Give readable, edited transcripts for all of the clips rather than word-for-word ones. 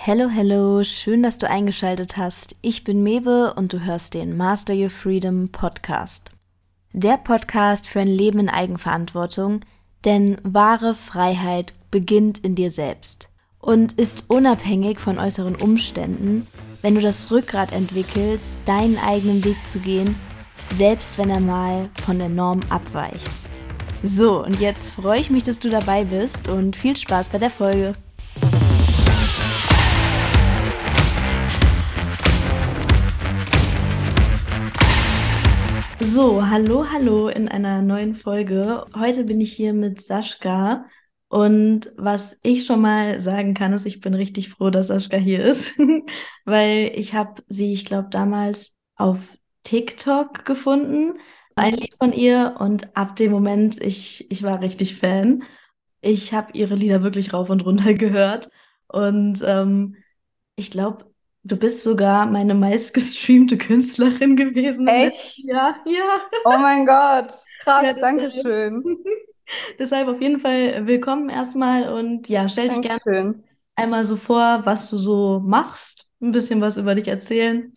Hello, hello, schön, dass du eingeschaltet hast. Ich bin Mewe und du hörst den Master Your Freedom Podcast. Der Podcast für ein Leben in Eigenverantwortung, denn wahre Freiheit beginnt in dir selbst und ist unabhängig von äußeren Umständen, wenn du das Rückgrat entwickelst, deinen eigenen Weg zu gehen, selbst wenn er mal von der Norm abweicht. So, und jetzt freue ich mich, dass du dabei bist und viel Spaß bei der Folge. So, hallo in einer neuen Folge. Heute bin ich hier mit Sascha und was ich schon mal sagen kann, ist, ich bin richtig froh, dass Sascha hier ist, weil ich habe sie, ich glaube, damals auf TikTok gefunden, ein Lied von ihr und ab dem Moment, ich war richtig Fan. Ich habe ihre Lieder wirklich rauf und runter gehört und ich glaube, du bist sogar meine meistgestreamte Künstlerin gewesen im letzten Echt? Jahr. Ja, Oh mein Gott, ja, krass, danke deshalb. schön. Deshalb auf jeden Fall willkommen erstmal und ja, stell dich gerne Dankeschön. einmal so vor, was du so machst, ein bisschen was über dich erzählen.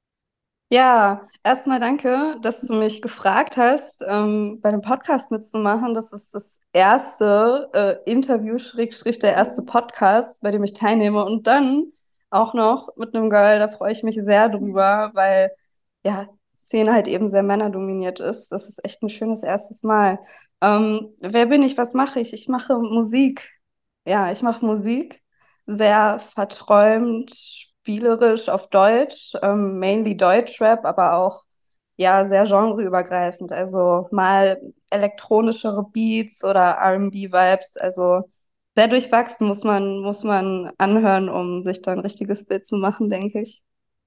Ja, erstmal danke, dass du mich gefragt hast, bei dem Podcast mitzumachen. Das ist das erste Interview, Schrägstrich, der erste Podcast, bei dem ich teilnehme. Und dann auch noch mit einem Girl, da freue ich mich sehr drüber, weil ja, Szene halt eben sehr männerdominiert ist. Das ist echt ein schönes erstes Mal. Wer bin ich? Was mache ich? Ich mache Musik. Ja, ich mache Musik. Sehr verträumt, spielerisch auf Deutsch, mainly Deutschrap, aber auch ja sehr genreübergreifend. Also mal elektronischere Beats oder R&B-Vibes. Also sehr durchwachsen muss man anhören, um sich da ein richtiges Bild zu machen, denke ich.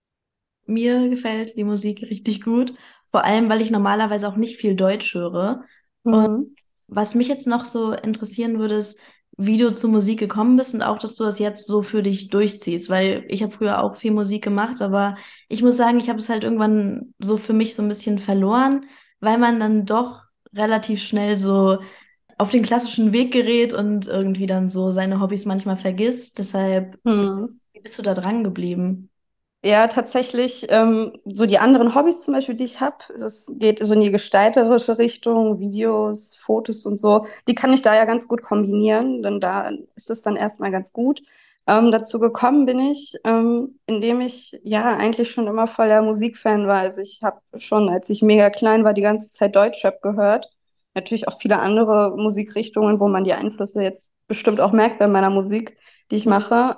Mir gefällt die Musik richtig gut, vor allem, weil ich normalerweise auch nicht viel Deutsch höre. Und Mhm. was mich jetzt noch so interessieren würde, ist, wie du zur Musik gekommen bist und auch, dass du das jetzt so für dich durchziehst, weil ich habe früher auch viel Musik gemacht, aber ich muss sagen, ich habe es halt irgendwann so für mich so ein bisschen verloren, weil man dann doch relativ schnell so auf den klassischen Weg gerät und irgendwie dann so seine Hobbys manchmal vergisst. Deshalb, Hm. wie bist du da dran geblieben? Ja, tatsächlich, so die anderen Hobbys zum Beispiel, die ich habe, das geht so in die gestalterische Richtung, Videos, Fotos und so, die kann ich da ja ganz gut kombinieren, denn da ist es dann erstmal ganz gut. Dazu gekommen bin ich, indem ich ja eigentlich schon immer voll der Musikfan war. Also ich habe schon, als ich mega klein war, die ganze Zeit Deutschrap gehört. Natürlich auch viele andere Musikrichtungen, wo man die Einflüsse jetzt bestimmt auch merkt bei meiner Musik, die ich mache.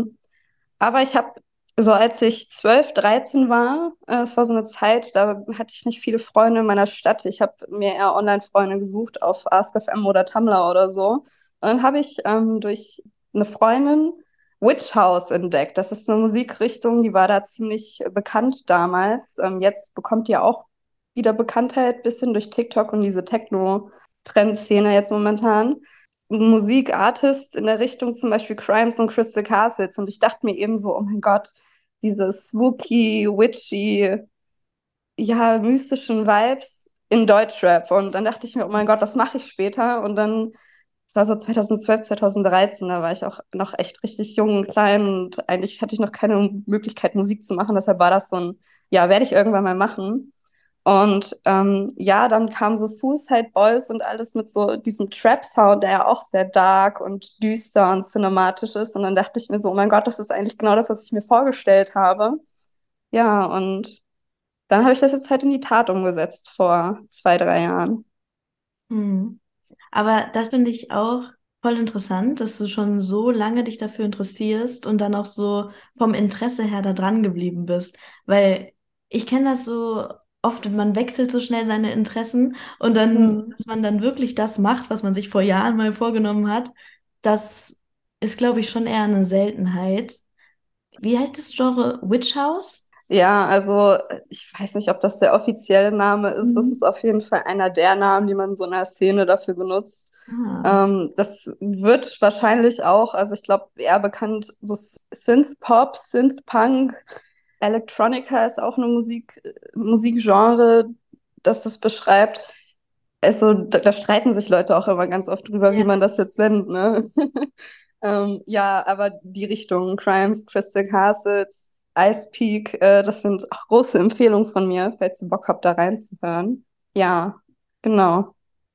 Aber ich habe so als ich 12, 13 war, es war so eine Zeit, da hatte ich nicht viele Freunde in meiner Stadt. Ich habe mir eher Online-Freunde gesucht auf Ask.fm oder Tumblr oder so. Und dann habe ich durch eine Freundin Witch House entdeckt. Das ist eine Musikrichtung, die war da ziemlich bekannt damals. Jetzt bekommt die auch wieder Bekanntheit, bisschen durch TikTok und diese Techno-Trendszene jetzt momentan. Musikartists in der Richtung zum Beispiel Crimes und Crystal Castles. Und ich dachte mir eben so, oh mein Gott, diese spooky, witchy, ja, mystischen Vibes in Deutschrap. Und dann dachte ich mir, oh mein Gott, das mache ich später. Und dann, das war so 2012, 2013, da war ich auch noch echt richtig jung und klein und eigentlich hatte ich noch keine Möglichkeit, Musik zu machen. Deshalb war das so ein, ja, werde ich irgendwann mal machen. Und ja, dann kamen so Suicide Boys und alles mit so diesem Trap-Sound, der ja auch sehr dark und düster und cinematisch ist. Und dann dachte ich mir so, oh mein Gott, das ist eigentlich genau das, was ich mir vorgestellt habe. Ja, und dann habe ich das jetzt halt in die Tat umgesetzt vor 2, 3 Jahren. Hm. Aber das finde ich auch voll interessant, dass du schon so lange dich dafür interessierst und dann auch so vom Interesse her da dran geblieben bist. Weil ich kenne das so oft, man wechselt so schnell seine Interessen und dann, Hm. dass man dann wirklich das macht, was man sich vor Jahren mal vorgenommen hat, das ist, glaube ich, schon eher eine Seltenheit. Wie heißt das Genre? Witch House? Ja, also ich weiß nicht, ob das der offizielle Name ist. Das ist Mhm. auf jeden Fall einer der Namen, die man so in der Szene dafür benutzt. Ah. Das wird wahrscheinlich auch, also ich glaube, eher bekannt, so Synth-Pop, Synth-Punk, Electronica ist auch eine Musikgenre, das das beschreibt. Also da streiten sich Leute auch immer ganz oft drüber, wie Ja. man das jetzt nennt, ne? Ja, aber die Richtung Crimes, Crystal Castles, Ice Peak, das sind auch große Empfehlungen von mir, falls ihr Bock habt, da reinzuhören. Ja, genau.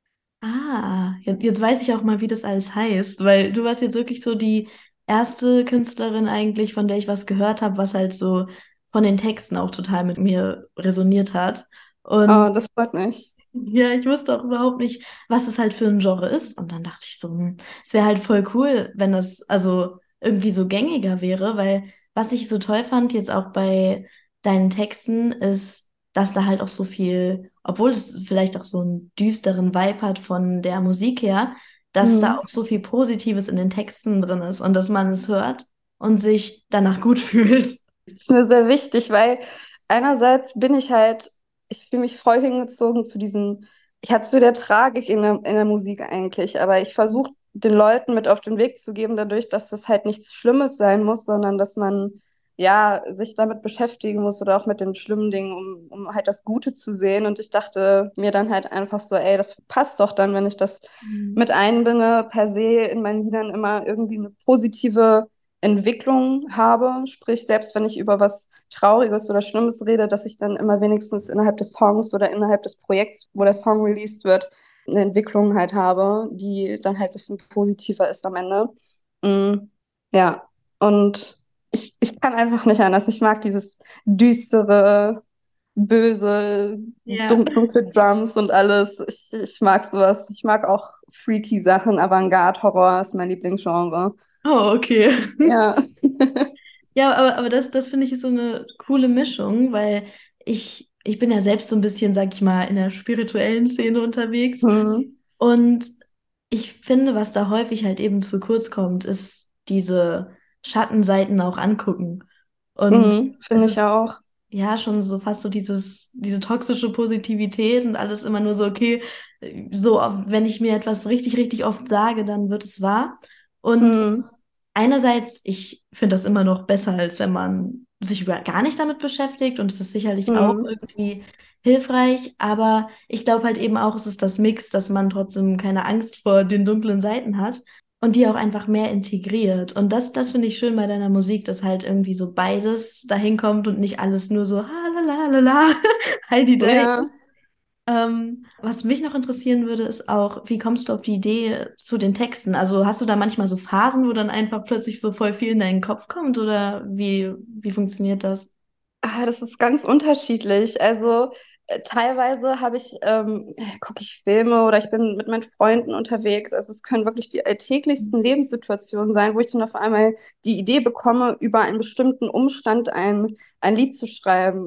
Ah, jetzt weiß ich auch mal, wie das alles heißt, weil du warst jetzt wirklich so die erste Künstlerin eigentlich, von der ich was gehört habe, was halt so von den Texten auch total mit mir resoniert hat. Oh, Und das freut mich. ja, ich wusste auch überhaupt nicht, was es halt für ein Genre ist. Und dann dachte ich so, es wäre halt voll cool, wenn das also irgendwie so gängiger wäre, weil was ich so toll fand jetzt auch bei deinen Texten ist, dass da halt auch so viel, obwohl es vielleicht auch so einen düsteren Vibe hat von der Musik her, dass da Hm. auch so viel Positives in den Texten drin ist und dass man es hört und sich danach gut fühlt. Das ist mir sehr wichtig, weil einerseits bin ich halt, ich fühle mich voll hingezogen zu diesem, ich hatte zu der Tragik in der Musik eigentlich, aber ich versuche den Leuten mit auf den Weg zu geben, dadurch, dass das halt nichts Schlimmes sein muss, sondern dass man ja sich damit beschäftigen muss oder auch mit den schlimmen Dingen, um halt das Gute zu sehen. Und ich dachte mir dann halt einfach so, ey, das passt doch dann, wenn ich das Mhm. mit einbinde, per se in meinen Liedern immer irgendwie eine positive Entwicklung habe. Sprich, selbst wenn ich über was Trauriges oder Schlimmes rede, dass ich dann immer wenigstens innerhalb des Songs oder innerhalb des Projekts, wo der Song released wird, eine Entwicklung halt habe, die dann halt ein bisschen positiver ist am Ende. Mm, ja, und ich kann einfach nicht anders. Ich mag dieses düstere, böse, Ja. dunkle Drums und alles. Ich mag sowas. Ich mag auch freaky Sachen. Avantgarde-Horror ist mein Lieblingsgenre. Oh, okay. Ja. Ja, aber das finde ich ist so eine coole Mischung, weil ich bin ja selbst so ein bisschen, sag ich mal, in der spirituellen Szene unterwegs. Hm. Und ich finde, was da häufig halt eben zu kurz kommt, ist diese Schattenseiten auch angucken. Und Mhm, es finde ich ist auch. ja schon so fast so diese toxische Positivität und alles immer nur so, okay, so, wenn ich mir etwas richtig, richtig oft sage, dann wird es wahr. Und Mhm. einerseits, ich finde das immer noch besser, als wenn man sich über gar nicht damit beschäftigt und es ist sicherlich auch Mhm. irgendwie hilfreich, aber ich glaube halt eben auch, es ist das Mix, dass man trotzdem keine Angst vor den dunklen Seiten hat und die auch einfach mehr integriert. Und das finde ich schön bei deiner Musik, dass halt irgendwie so beides dahin kommt und nicht alles nur so ha la la la la Heidi Day. Ja. Was mich noch interessieren würde, ist auch, wie kommst du auf die Idee zu den Texten? Also hast du da manchmal so Phasen, wo dann einfach plötzlich so voll viel in deinen Kopf kommt oder wie funktioniert das? Das ist ganz unterschiedlich. Also teilweise gucke ich Filme oder ich bin mit meinen Freunden unterwegs. Also es können wirklich die alltäglichsten Lebenssituationen sein, wo ich dann auf einmal die Idee bekomme, über einen bestimmten Umstand ein Lied zu schreiben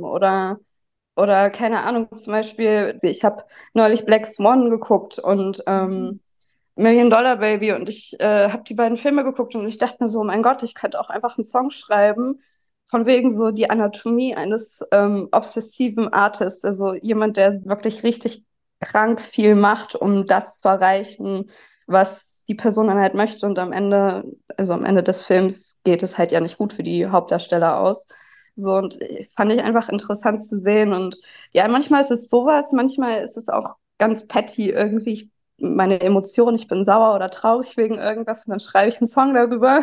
oder keine Ahnung, zum Beispiel, ich habe neulich Black Swan geguckt und Million Dollar Baby und ich habe die beiden Filme geguckt und ich dachte mir so, oh mein Gott, ich könnte auch einfach einen Song schreiben, von wegen so die Anatomie eines obsessiven Artists, also jemand, der wirklich richtig krank viel macht, um das zu erreichen, was die Person dann halt möchte und also am Ende des Films geht es halt ja nicht gut für die Hauptdarsteller aus. So, und fand ich einfach interessant zu sehen. Und ja, manchmal ist es sowas, manchmal ist es auch ganz petty irgendwie meine Emotionen, ich bin sauer oder traurig wegen irgendwas und dann schreibe ich einen Song darüber.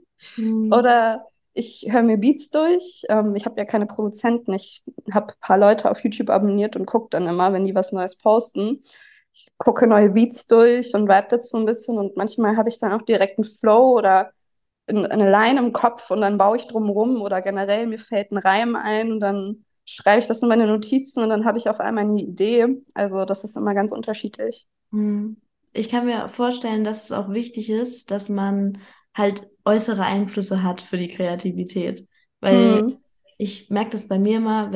Hm. Oder ich höre mir Beats durch. Ich habe ja keine Produzenten. Ich habe ein paar Leute auf YouTube abonniert und gucke dann immer, wenn die was Neues posten. Ich gucke neue Beats durch und vibe dazu ein bisschen und manchmal habe ich dann auch direkt einen Flow oder eine Line im Kopf und dann baue ich drum rum oder generell mir fällt ein Reim ein und dann schreibe ich das in meine Notizen und dann habe ich auf einmal eine Idee. Also das ist immer ganz unterschiedlich. Hm. Ich kann mir vorstellen, dass es auch wichtig ist, dass man halt äußere Einflüsse hat für die Kreativität. Weil Hm. ich merke das bei mir immer,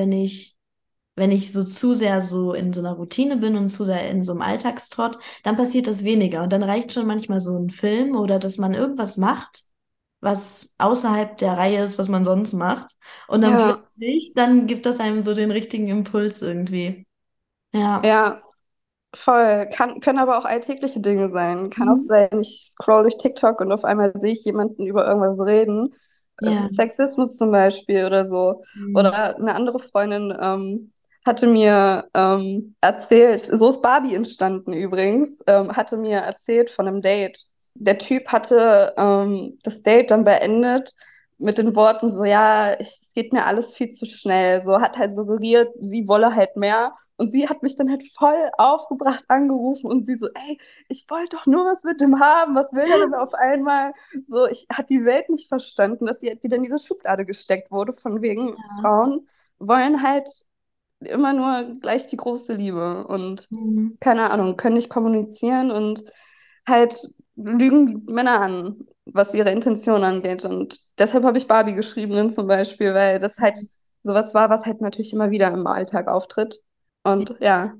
wenn ich so zu sehr so in so einer Routine bin und zu sehr in so einem Alltagstrott, dann passiert das weniger. Und dann reicht schon manchmal so ein Film oder dass man irgendwas macht, was außerhalb der Reihe ist, was man sonst macht. Und dann Ja, plötzlich, dann gibt das einem so den richtigen Impuls irgendwie. Ja. ja, voll. Können aber auch alltägliche Dinge sein. Kann auch Mhm. sein, ich scroll durch TikTok und auf einmal sehe ich jemanden über irgendwas reden. Ja. Sexismus zum Beispiel oder so. Mhm. Oder eine andere Freundin hatte mir erzählt, so ist Barbie entstanden übrigens, hatte mir erzählt von einem Date. der Typ hatte das Date dann beendet mit den Worten so, ja, es geht mir alles viel zu schnell. So hat halt suggeriert, sie wolle halt mehr. Und sie hat mich dann halt voll aufgebracht angerufen und sie so, ey, ich wollte doch nur was mit dem haben. Was will der denn auf einmal? So, ich hat die Welt nicht verstanden, dass sie halt wieder in diese Schublade gesteckt wurde, von wegen Ja. Frauen wollen halt immer nur gleich die große Liebe und Mhm. keine Ahnung, können nicht kommunizieren und halt lügen Männer an, was ihre Intention angeht. Und deshalb habe ich Barbie geschrieben, dann zum Beispiel, weil das halt sowas war, was halt natürlich immer wieder im Alltag auftritt. Und ja.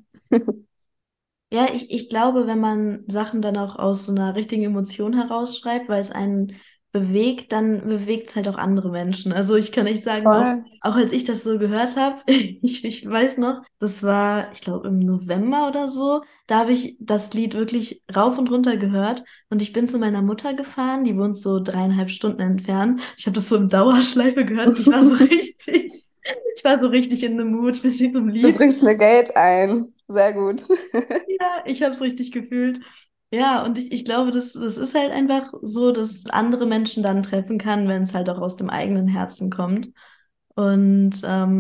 Ja, ich glaube, wenn man Sachen dann auch aus so einer richtigen Emotion herausschreibt, weil es einen bewegt, dann bewegt es halt auch andere Menschen. Also ich kann nicht sagen, Voll. auch als ich das so gehört habe, ich weiß noch, das war, ich glaube, im November oder so, da habe ich das Lied wirklich rauf und runter gehört und ich bin zu meiner Mutter gefahren, die wohnt so 3,5 Stunden entfernt. Ich habe das so im Dauerschleife gehört und ich war so richtig in the mood mit diesem Du Lied. bringst mir Geld ein. Sehr gut. Ja, ich habe es richtig gefühlt. Ja, und ich glaube, das ist halt einfach so, dass es andere Menschen dann treffen kann, wenn es halt auch aus dem eigenen Herzen kommt. Und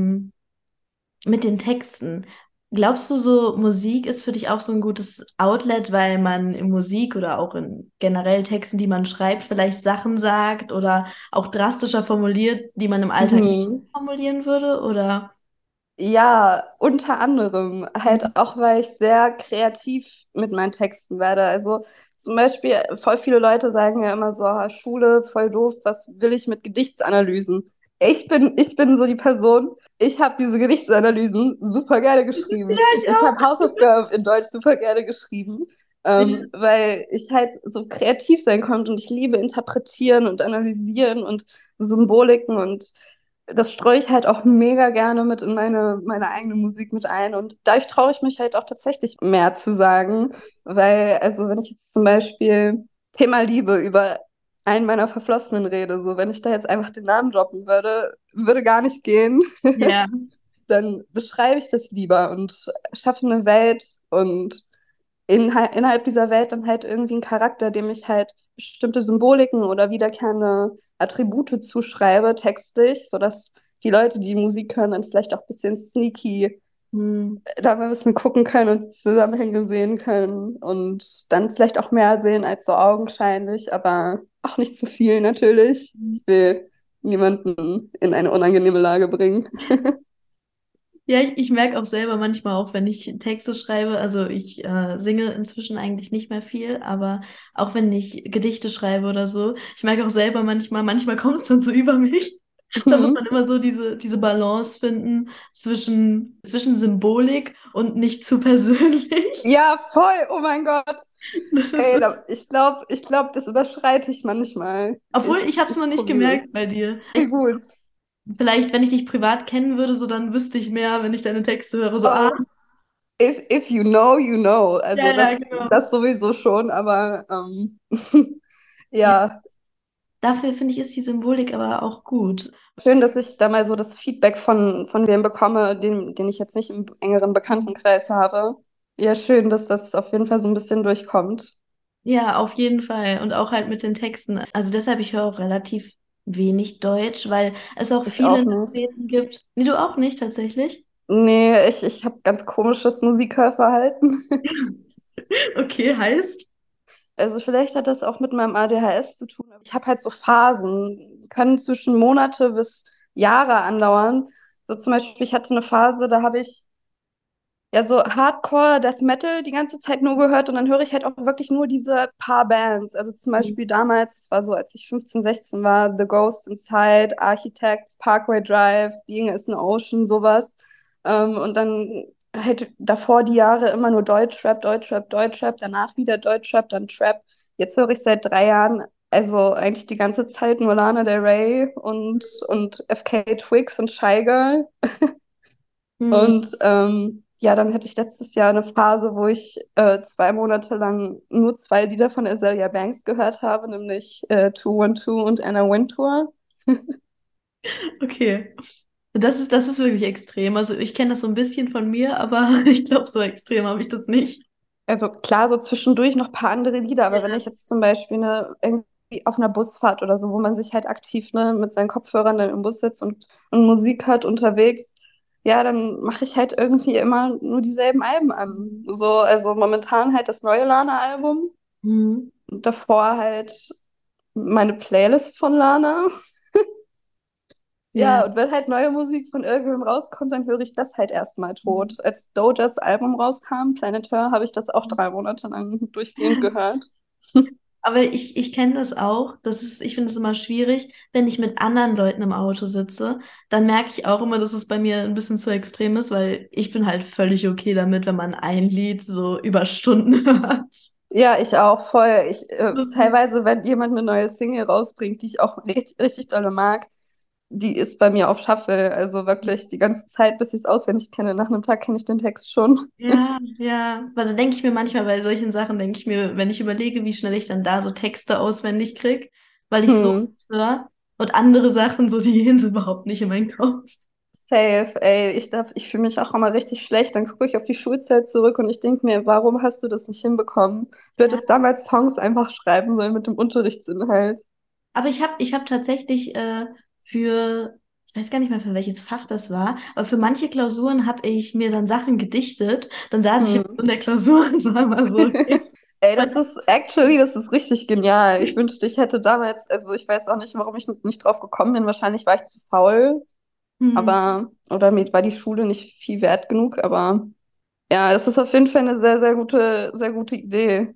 mit den Texten, glaubst du so, Musik ist für dich auch so ein gutes Outlet, weil man in Musik oder auch in generell Texten, die man schreibt, vielleicht Sachen sagt oder auch drastischer formuliert, die man im Alltag nicht Mhm. formulieren würde? Oder? Ja, unter anderem halt auch, weil ich sehr kreativ mit meinen Texten werde. Also zum Beispiel, voll viele Leute sagen ja immer so, "Ah, Schule, voll doof, was will ich mit Gedichtsanalysen?" Ich bin so die Person, ich habe diese Gedichtsanalysen super gerne geschrieben. Ja, ich Ich habe auch. Hausaufgaben in Deutsch super gerne geschrieben, Ja. weil ich halt so kreativ sein konnte und ich liebe interpretieren und analysieren und Symboliken und das streue ich halt auch mega gerne mit in meine eigene Musik mit ein. Und dadurch traue ich mich halt auch tatsächlich mehr zu sagen. Weil, also wenn ich jetzt zum Beispiel Thema Liebe über einen meiner Verflossenen rede, so wenn ich da jetzt einfach den Namen droppen würde, würde gar nicht gehen. Ja. Dann beschreibe ich das lieber und schaffe eine Welt und innerhalb dieser Welt dann halt irgendwie einen Charakter, dem ich halt bestimmte Symboliken oder wiederkehrende Attribute zuschreibe, textlich, sodass die Leute, die Musik hören, dann vielleicht auch ein bisschen sneaky Hm. da mal ein bisschen gucken können und Zusammenhänge sehen können und dann vielleicht auch mehr sehen als so augenscheinlich, aber auch nicht zu viel natürlich. Ich will niemanden in eine unangenehme Lage bringen. Ja, ich merke auch selber manchmal auch, wenn ich Texte schreibe, also ich singe inzwischen eigentlich nicht mehr viel, aber auch wenn ich Gedichte schreibe oder so, ich merke auch selber manchmal kommt es dann so über mich. Da muss man immer so diese Balance finden zwischen Symbolik und nicht zu persönlich. Ja, voll, oh mein Gott. Das Ey, ist, ich glaube, das überschreite ich manchmal. obwohl ich Ich, habe es ich noch nicht probiere gemerkt es. bei dir. Voll gut. Vielleicht, wenn ich dich privat kennen würde, so dann wüsste ich mehr, wenn ich deine Texte höre, so, Oh, if you know, you know. Also ja, ja, das, genau. das sowieso schon, aber Ja. ja, Dafür finde ich, ist die Symbolik aber auch gut. schön, dass ich da mal so das Feedback von wem bekomme, den ich jetzt nicht im engeren Bekanntenkreis habe. Ja, schön, dass das auf jeden Fall so ein bisschen durchkommt. Ja, auf jeden Fall. Und auch halt mit den Texten. Also deshalb, ich höre auch relativ wenig Deutsch, weil es auch Ich viele auch nicht. Interpreten gibt. Nee, du auch nicht tatsächlich? Nee, ich habe ganz komisches Musikhörverhalten. Okay, heißt? Also vielleicht hat das auch mit meinem ADHS zu tun. Ich habe halt so Phasen, die können zwischen Monate bis Jahre andauern. So zum Beispiel, ich hatte eine Phase, da habe ich ja so Hardcore Death Metal die ganze Zeit nur gehört und dann höre ich halt auch wirklich nur diese paar Bands. Also zum Beispiel damals, es war so, als ich 15, 16 war, The Ghost Inside, Architects, Parkway Drive, Being is an Ocean, sowas. Und dann halt davor die Jahre immer nur Deutschrap, Deutschrap, Deutschrap, danach wieder Deutschrap, dann Trap. Jetzt höre ich seit 3 Jahren, also eigentlich die ganze Zeit nur Lana Del Rey und FK Twigs und Shy Girl. Hm. Und ja, dann hatte ich letztes Jahr eine Phase, wo ich 2 Monate lang nur 2 Lieder von Azealia Banks gehört habe, nämlich 212 und Anna Wintour. Okay. Das ist wirklich extrem. Also ich kenne das so ein bisschen von mir, aber ich glaube, so extrem habe ich das nicht. Also klar, so zwischendurch noch ein paar andere Lieder, aber wenn ich jetzt zum Beispiel irgendwie auf einer Busfahrt oder so, wo man sich halt aktiv mit seinen Kopfhörern dann im Bus sitzt und Musik hat unterwegs, ja, dann mache ich halt irgendwie immer nur dieselben Alben an. Mhm. So, also momentan halt das neue Lana-Album Mhm. und davor halt meine Playlist von Lana. Ja. Ja, und wenn halt neue Musik von irgendwem rauskommt, dann höre ich das halt erstmal tot. Mhm. Als Dojas Album rauskam, Planet Her, habe ich das auch 3 Monate lang durchgehend gehört. Aber ich kenne das auch. Ich finde es immer schwierig, wenn ich mit anderen Leuten im Auto sitze, dann merke ich auch immer, dass es bei mir ein bisschen zu extrem ist, weil ich bin halt völlig okay damit, wenn man ein Lied so über Stunden hört. Ja, ich auch voll. Das ist, Teilweise, wenn jemand eine neue Single rausbringt, die ich auch richtig, richtig dolle mag, die ist bei mir auf Shuffle. Also wirklich die ganze Zeit, bis ich es auswendig kenne. Nach einem Tag kenne ich den Text schon. ja, ja. Weil da denke ich mir manchmal bei solchen Sachen, denke ich mir, wenn ich überlege, wie schnell ich dann da so Texte auswendig kriege, weil ich so Hm. höre und andere Sachen, so die gehen so überhaupt nicht in meinen Kopf. Safe, ey. Ich fühle mich auch immer richtig schlecht. Dann gucke ich auf die Schulzeit zurück und ich denke mir, warum hast du das nicht hinbekommen? Du Ja. hättest damals Songs einfach schreiben sollen mit dem Unterrichtsinhalt. Aber ich hab tatsächlich ich weiß gar nicht mehr für welches Fach das war, aber für manche Klausuren habe ich mir dann Sachen gedichtet. Dann saß ich immer Hm. so in der Klausur und war mal so, okay. Ey, das ist richtig genial. Ich wünschte, ich hätte damals, also ich weiß auch nicht, warum ich nicht drauf gekommen bin. Wahrscheinlich war ich zu faul, Hm. oder mir war die Schule nicht viel wert genug, aber ja, es ist auf jeden Fall eine sehr gute Idee.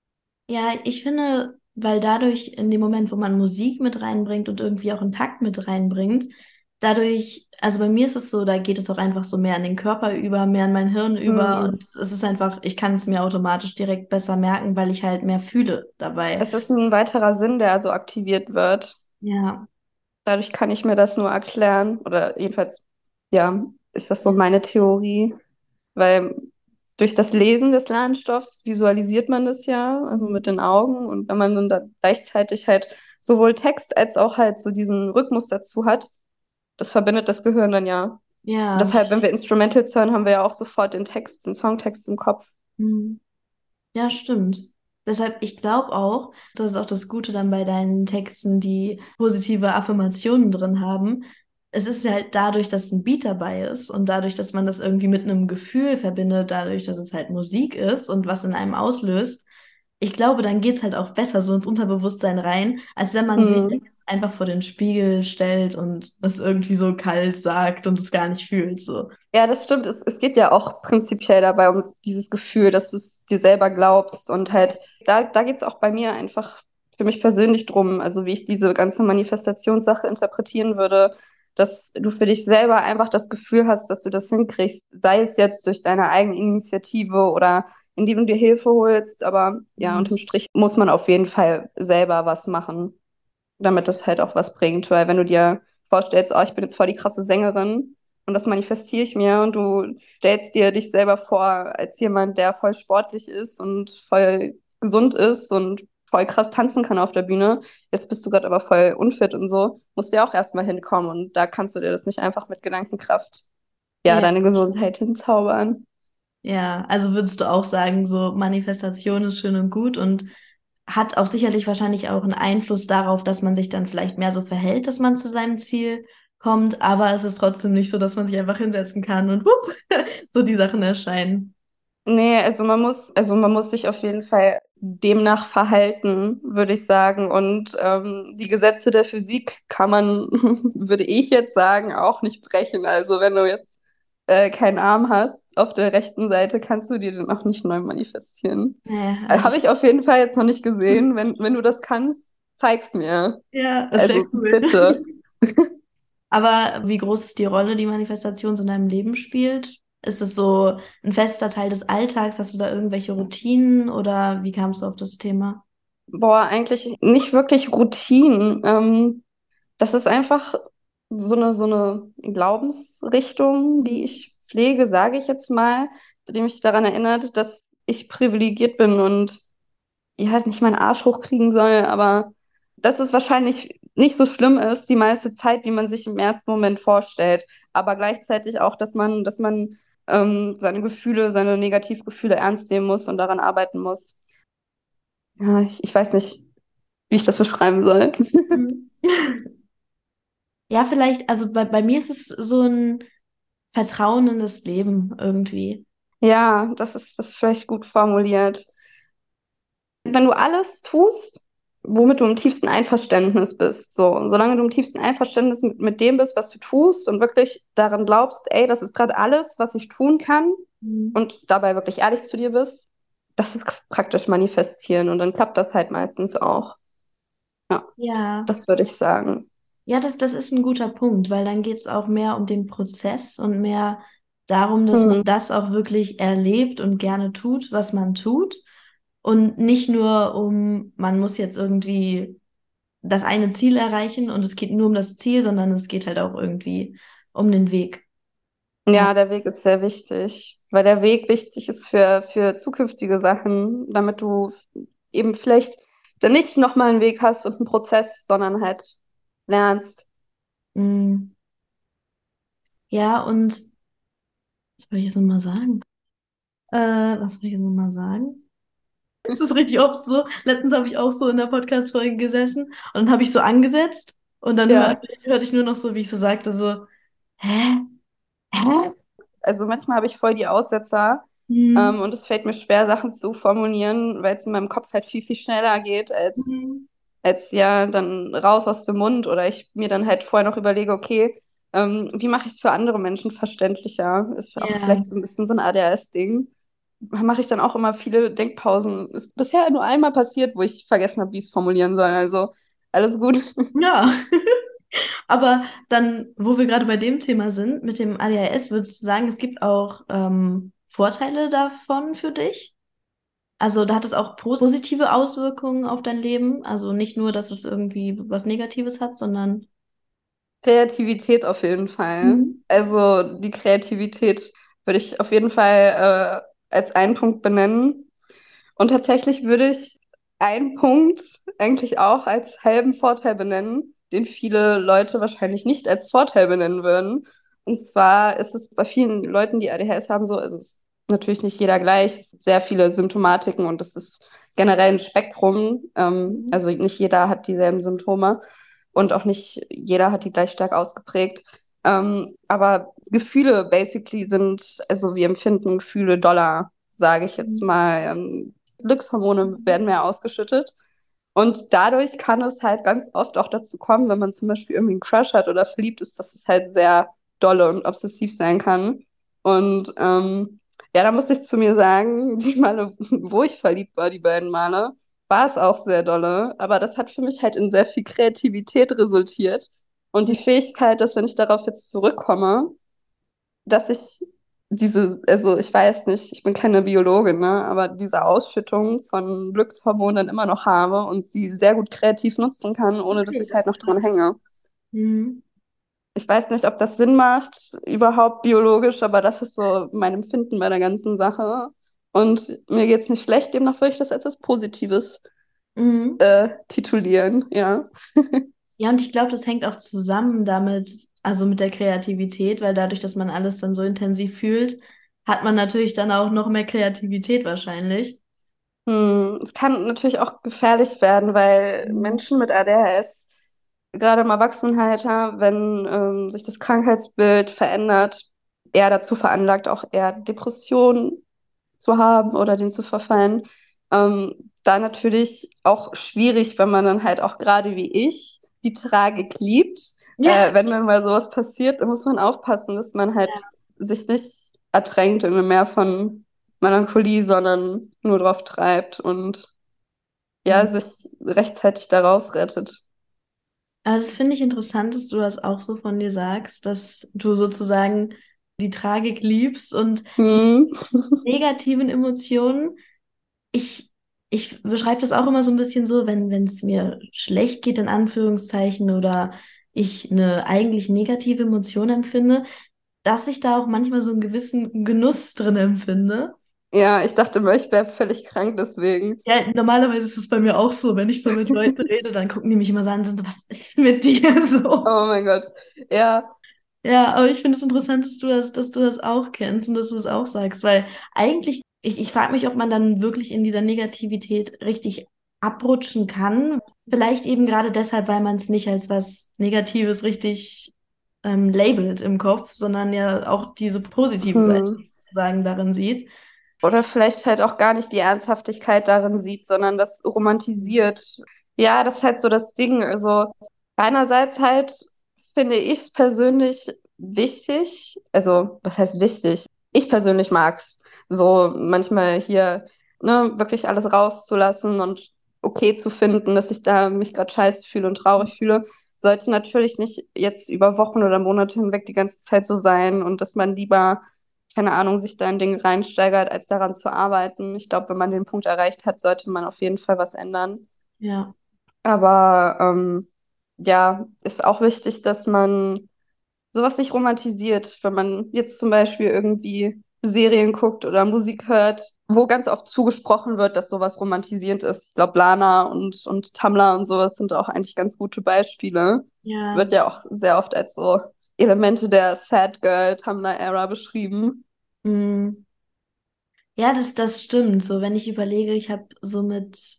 Ja, ich finde, weil dadurch in dem Moment, wo man Musik mit reinbringt und irgendwie auch einen Takt mit reinbringt, dadurch, also bei mir ist es so, da geht es auch einfach so mehr an den Körper über, mehr an mein Hirn über Hm. und es ist einfach, ich kann es mir automatisch direkt besser merken, weil ich halt mehr fühle dabei. Es ist ein weiterer Sinn, der also aktiviert wird. Ja. Dadurch kann ich mir das nur erklären. Oder jedenfalls, ja, ist das so meine Theorie. Weil durch das Lesen des Lernstoffs visualisiert man das ja, also mit den Augen. Und wenn man dann da gleichzeitig halt sowohl Text als auch halt so diesen Rhythmus dazu hat, das verbindet das Gehirn dann ja. Und Ja. deshalb, wenn wir Instrumentals hören, haben wir ja auch sofort den Songtext im Kopf. Hm. Ja, stimmt. Deshalb, ich glaube auch, das ist auch das Gute dann bei deinen Texten, die positive Affirmationen drin haben. Es ist ja halt dadurch, dass ein Beat dabei ist und dadurch, dass man das irgendwie mit einem Gefühl verbindet, dadurch, dass es halt Musik ist und was in einem auslöst. Ich glaube, dann geht's halt auch besser so ins Unterbewusstsein rein, als wenn man sich Hm. jetzt einfach vor den Spiegel stellt und es irgendwie so kalt sagt und es gar nicht fühlt, so. Ja, das stimmt. Es geht ja auch prinzipiell dabei um dieses Gefühl, dass du es dir selber glaubst. Und halt, da geht es auch bei mir einfach für mich persönlich drum, also wie ich diese ganze Manifestationssache interpretieren würde, dass du für dich selber einfach das Gefühl hast, dass du das hinkriegst, sei es jetzt durch deine eigene Initiative oder indem du dir Hilfe holst. Aber ja, unterm Mhm. Strich muss man auf jeden Fall selber was machen, damit das halt auch was bringt. Weil wenn du dir vorstellst, oh, ich bin jetzt voll die krasse Sängerin und das manifestiere ich mir und du stellst dir dich selber vor als jemand, der voll sportlich ist und voll gesund ist und voll krass tanzen kann auf der Bühne. Jetzt bist du gerade aber voll unfit und so, musst du ja auch erstmal hinkommen und da kannst du dir das nicht einfach mit Gedankenkraft, ja, Ja. deine Gesundheit hinzaubern. Ja, also würdest du auch sagen, so Manifestation ist schön und gut und hat auch sicherlich wahrscheinlich auch einen Einfluss darauf, dass man sich dann vielleicht mehr so verhält, dass man zu seinem Ziel kommt, aber es ist trotzdem nicht so, dass man sich einfach hinsetzen kann und wupp, so die Sachen erscheinen. Nee, also man muss sich auf jeden Fall demnach verhalten, würde ich sagen. Und die Gesetze der Physik kann man, würde ich jetzt sagen, auch nicht brechen. Also wenn du jetzt keinen Arm hast auf der rechten Seite, kannst du dir den auch nicht neu manifestieren. Naja, also Habe ich auf jeden Fall jetzt noch nicht gesehen. Wenn du das kannst, zeig's mir. ja, es wäre Also cool. bitte. Aber wie groß ist die Rolle, die Manifestation so in deinem Leben spielt? Ist es so ein fester Teil des Alltags? Hast du da irgendwelche Routinen oder wie kamst du auf das Thema? Boah, eigentlich nicht wirklich Routinen. Das ist einfach so eine Glaubensrichtung, die ich pflege, sage ich jetzt mal, die mich daran erinnert, dass ich privilegiert bin und ich halt nicht meinen Arsch hochkriegen soll, aber dass es wahrscheinlich nicht so schlimm ist, die meiste Zeit, wie man sich im ersten Moment vorstellt. Aber gleichzeitig auch, dass man seine Gefühle, seine Negativgefühle ernst nehmen muss und daran arbeiten muss. Ja, ich weiß nicht, wie ich das beschreiben soll. Mhm. Ja, vielleicht, also bei mir ist es so ein Vertrauen in das Leben irgendwie. Ja, das ist vielleicht gut formuliert. Wenn du alles tust, womit du im tiefsten Einverständnis bist, so, solange du im tiefsten Einverständnis mit dem bist, was du tust und wirklich daran glaubst, ey, das ist gerade alles, was ich tun kann Mhm. und dabei wirklich ehrlich zu dir bist, das ist praktisch manifestieren und dann klappt das halt meistens auch. Ja, Ja, das würde ich sagen. ja, das ist ein guter Punkt, weil dann geht es auch mehr um den Prozess und mehr darum, dass man Hm. das auch wirklich erlebt und gerne tut, was man tut. Und nicht nur um, man muss jetzt irgendwie das eine Ziel erreichen und es geht nur um das Ziel, sondern es geht halt auch irgendwie um den Weg. Ja. Ja, der Weg ist sehr wichtig, weil der Weg wichtig ist für zukünftige Sachen, damit du eben vielleicht dann nicht nochmal einen Weg hast und einen Prozess, sondern halt lernst. Mm. Ja, und was wollte ich jetzt nochmal sagen? Was wollte ich jetzt nochmal sagen? Es ist richtig oft so. Letztens habe ich auch so in der Podcast-Folge gesessen und dann habe ich so angesetzt und dann Ja, hörte ich nur noch so, wie ich so sagte, so, hä? Hä? also manchmal habe ich voll die Aussetzer, Hm. und es fällt mir schwer, Sachen zu formulieren, weil es in meinem Kopf halt viel, viel schneller geht, Hm. als ja dann raus aus dem Mund oder ich mir dann halt vorher noch überlege, okay, wie mache ich es für andere Menschen verständlicher? Ist auch Ja. vielleicht so ein bisschen so ein ADHS-Ding. Mache ich dann auch immer viele Denkpausen. Ist bisher nur einmal passiert, wo ich vergessen habe, wie ich es formulieren soll. Also alles gut. Ja. Aber dann, wo wir gerade bei dem Thema sind, mit dem ADHS, würdest du sagen, es gibt auch Vorteile davon für dich? Also da hat es auch positive Auswirkungen auf dein Leben. Also nicht nur, dass es irgendwie was Negatives hat, sondern. Kreativität auf jeden Fall. Mhm. Also die Kreativität würde ich auf jeden Fall als einen Punkt benennen. Und tatsächlich würde ich einen Punkt eigentlich auch als halben Vorteil benennen, den viele Leute wahrscheinlich nicht als Vorteil benennen würden. Und zwar ist es bei vielen Leuten, die ADHS haben, so, also es ist natürlich nicht jeder gleich, es sind sehr viele Symptomatiken und es ist generell ein Spektrum. Mhm. Also nicht jeder hat dieselben Symptome und auch nicht jeder hat die gleich stark ausgeprägt. Aber Gefühle basically sind, also wir empfinden Gefühle doller, sage ich jetzt Mhm. mal. Glückshormone werden mehr ausgeschüttet. Und dadurch kann es halt ganz oft auch dazu kommen, wenn man zum Beispiel irgendwie einen Crush hat oder verliebt ist, dass es halt sehr dolle und obsessiv sein kann. Und ja, da muss ich zu mir sagen, die Male, wo ich verliebt war, die beiden Male, war es auch sehr dolle. Aber das hat für mich halt in sehr viel Kreativität resultiert. Und die Fähigkeit, dass wenn ich darauf jetzt zurückkomme, dass ich also ich weiß nicht, ich bin keine Biologin, ne, aber diese Ausschüttung von Glückshormonen dann immer noch habe und sie sehr gut kreativ nutzen kann, ohne dass Okay, ich das halt ist noch dran krass. hänge. Mhm. Ich weiß nicht, ob das Sinn macht, überhaupt biologisch, aber das ist so mein Empfinden bei der ganzen Sache. Und mir geht's nicht schlecht, demnach würde ich das als etwas Positives Mhm. titulieren, ja. Ja, und ich glaube, das hängt auch zusammen damit, also mit der Kreativität, weil dadurch, dass man alles dann so intensiv fühlt, hat man natürlich dann auch noch mehr Kreativität wahrscheinlich. Es kann natürlich auch gefährlich werden, weil Mhm. Menschen mit ADHS, gerade im Erwachsenenalter, wenn sich das Krankheitsbild verändert, eher dazu veranlagt, auch eher Depressionen zu haben oder denen zu verfallen. Da natürlich auch schwierig, wenn man dann halt auch gerade wie ich die Tragik liebt. Ja. Wenn dann mal sowas passiert, dann muss man aufpassen, dass man halt sich nicht ertränkt in einem Meer von Melancholie, sondern nur drauf treibt und ja, Mhm. sich rechtzeitig da rausrettet. Aber das finde ich interessant, dass du das auch so von dir sagst, dass du sozusagen die Tragik liebst und die Hm. negativen Emotionen. Ich, ich beschreibe das auch immer so ein bisschen so, wenn es mir schlecht geht, in Anführungszeichen, oder ich eine eigentlich negative Emotion empfinde, dass ich da auch manchmal so einen gewissen Genuss drin empfinde. Ja, ich dachte immer, ich wäre völlig krank deswegen. Ja, normalerweise ist es bei mir auch so, wenn ich so mit Leuten rede, dann gucken die mich immer so an und sind so, was ist mit dir so? Oh mein Gott. Ja, Ja, aber ich finde es interessant, dass du das auch kennst und dass du es auch sagst, weil eigentlich, ich frage mich, ob man dann wirklich in dieser Negativität richtig abrutschen kann. Vielleicht eben gerade deshalb, weil man es nicht als was Negatives richtig labelt im Kopf, sondern ja auch diese positive Seite Hm. sozusagen darin sieht. Oder vielleicht halt auch gar nicht die Ernsthaftigkeit darin sieht, sondern das romantisiert. Ja, das ist halt so das Ding. Also einerseits halt finde ich es persönlich wichtig, also was heißt wichtig? Ich persönlich mag's, so manchmal hier ne, wirklich alles rauszulassen und okay zu finden, dass ich da mich gerade scheiße fühle und traurig fühle. Sollte natürlich nicht jetzt über Wochen oder Monate hinweg die ganze Zeit so sein und dass man lieber keine Ahnung, sich da in Dinge reinsteigert, als daran zu arbeiten. Ich glaube, wenn man den Punkt erreicht hat, sollte man auf jeden Fall was ändern. Ja. Aber ja, ist auch wichtig, dass man sowas nicht romantisiert, wenn man jetzt zum Beispiel irgendwie Serien guckt oder Musik hört, wo ganz oft zugesprochen wird, dass sowas romantisierend ist. Ich glaube, Lana und Tamla und sowas sind auch eigentlich ganz gute Beispiele. Ja. Wird ja auch sehr oft als so Elemente der Sad Girl Tamla-Ära beschrieben. Mm. Ja, das stimmt. So, wenn ich überlege, ich habe so mit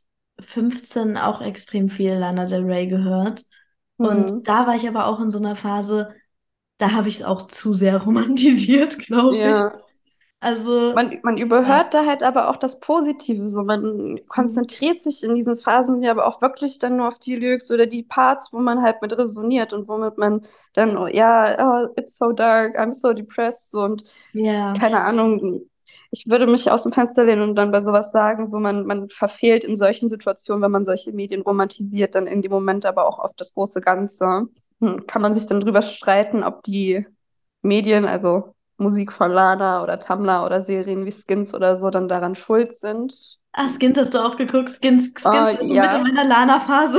15 auch extrem viel Lana Del Rey gehört. Und Hm. da war ich aber auch in so einer Phase, da habe ich es auch zu sehr romantisiert, glaube ich. Ja. Also, Man ja. überhört da halt aber auch das Positive. So, man Mhm. konzentriert sich in diesen Phasen ja aber auch wirklich dann nur auf die Lyrics oder die Parts, wo man halt mit resoniert und womit man dann, oh, ja, oh, it's so dark, I'm so depressed so, und Ja. keine Ahnung. Ich würde mich aus dem Fenster lehnen und dann bei sowas sagen, so man verfehlt in solchen Situationen, wenn man solche Medien romantisiert, dann in dem Moment aber auch oft das große Ganze. Kann man sich dann drüber streiten, ob die Medien, also Musik von Lana oder Tamla oder Serien wie Skins oder so, dann daran schuld sind. Ah, Skins hast du auch geguckt. Skins war so Mitte Ja. meiner Lana-Phase.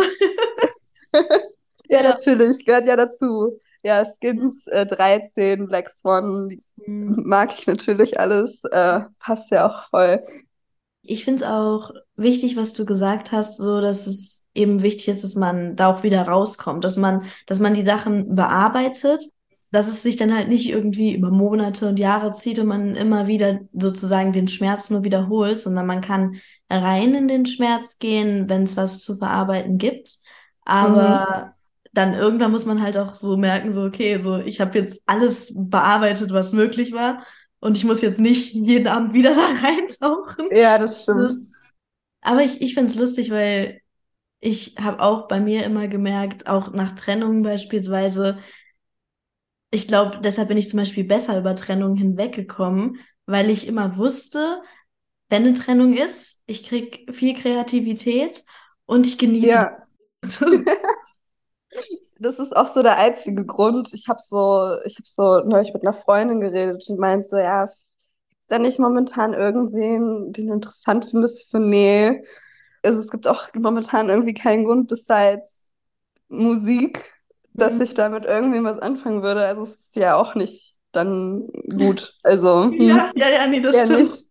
Ja, Ja. natürlich, gehört ja dazu. Ja, Skins 13, Black Swan, Mhm. mag ich natürlich alles. Passt ja auch voll. Ich finde es auch wichtig, was du gesagt hast, so dass es eben wichtig ist, dass man da auch wieder rauskommt, dass man die Sachen bearbeitet, dass es sich dann halt nicht irgendwie über Monate und Jahre zieht und man immer wieder sozusagen den Schmerz nur wiederholt, sondern man kann rein in den Schmerz gehen, wenn es was zu verarbeiten gibt. Mhm. Aber dann irgendwann muss man halt auch so merken, so, okay, so ich habe jetzt alles bearbeitet, was möglich war. Und ich muss jetzt nicht jeden Abend wieder da reintauchen. Ja, das stimmt. Also, aber ich finde es lustig, weil ich habe auch bei mir immer gemerkt, auch nach Trennungen beispielsweise, ich glaube, deshalb bin ich zum Beispiel besser über Trennungen hinweggekommen, weil ich immer wusste, wenn eine Trennung ist, ich krieg viel Kreativität und ich genieße Ja, das. das ist auch so der einzige Grund. Ich habe so neulich mit einer Freundin geredet und meinte so, ja, ist da nicht momentan irgendwen, den du interessant findest? Ich so, nee. Also es gibt auch momentan irgendwie keinen Grund besides Musik, dass ich damit irgendwie was anfangen würde. Also es ist ja auch nicht dann gut. Also, Ja, nee, das eher stimmt. nicht.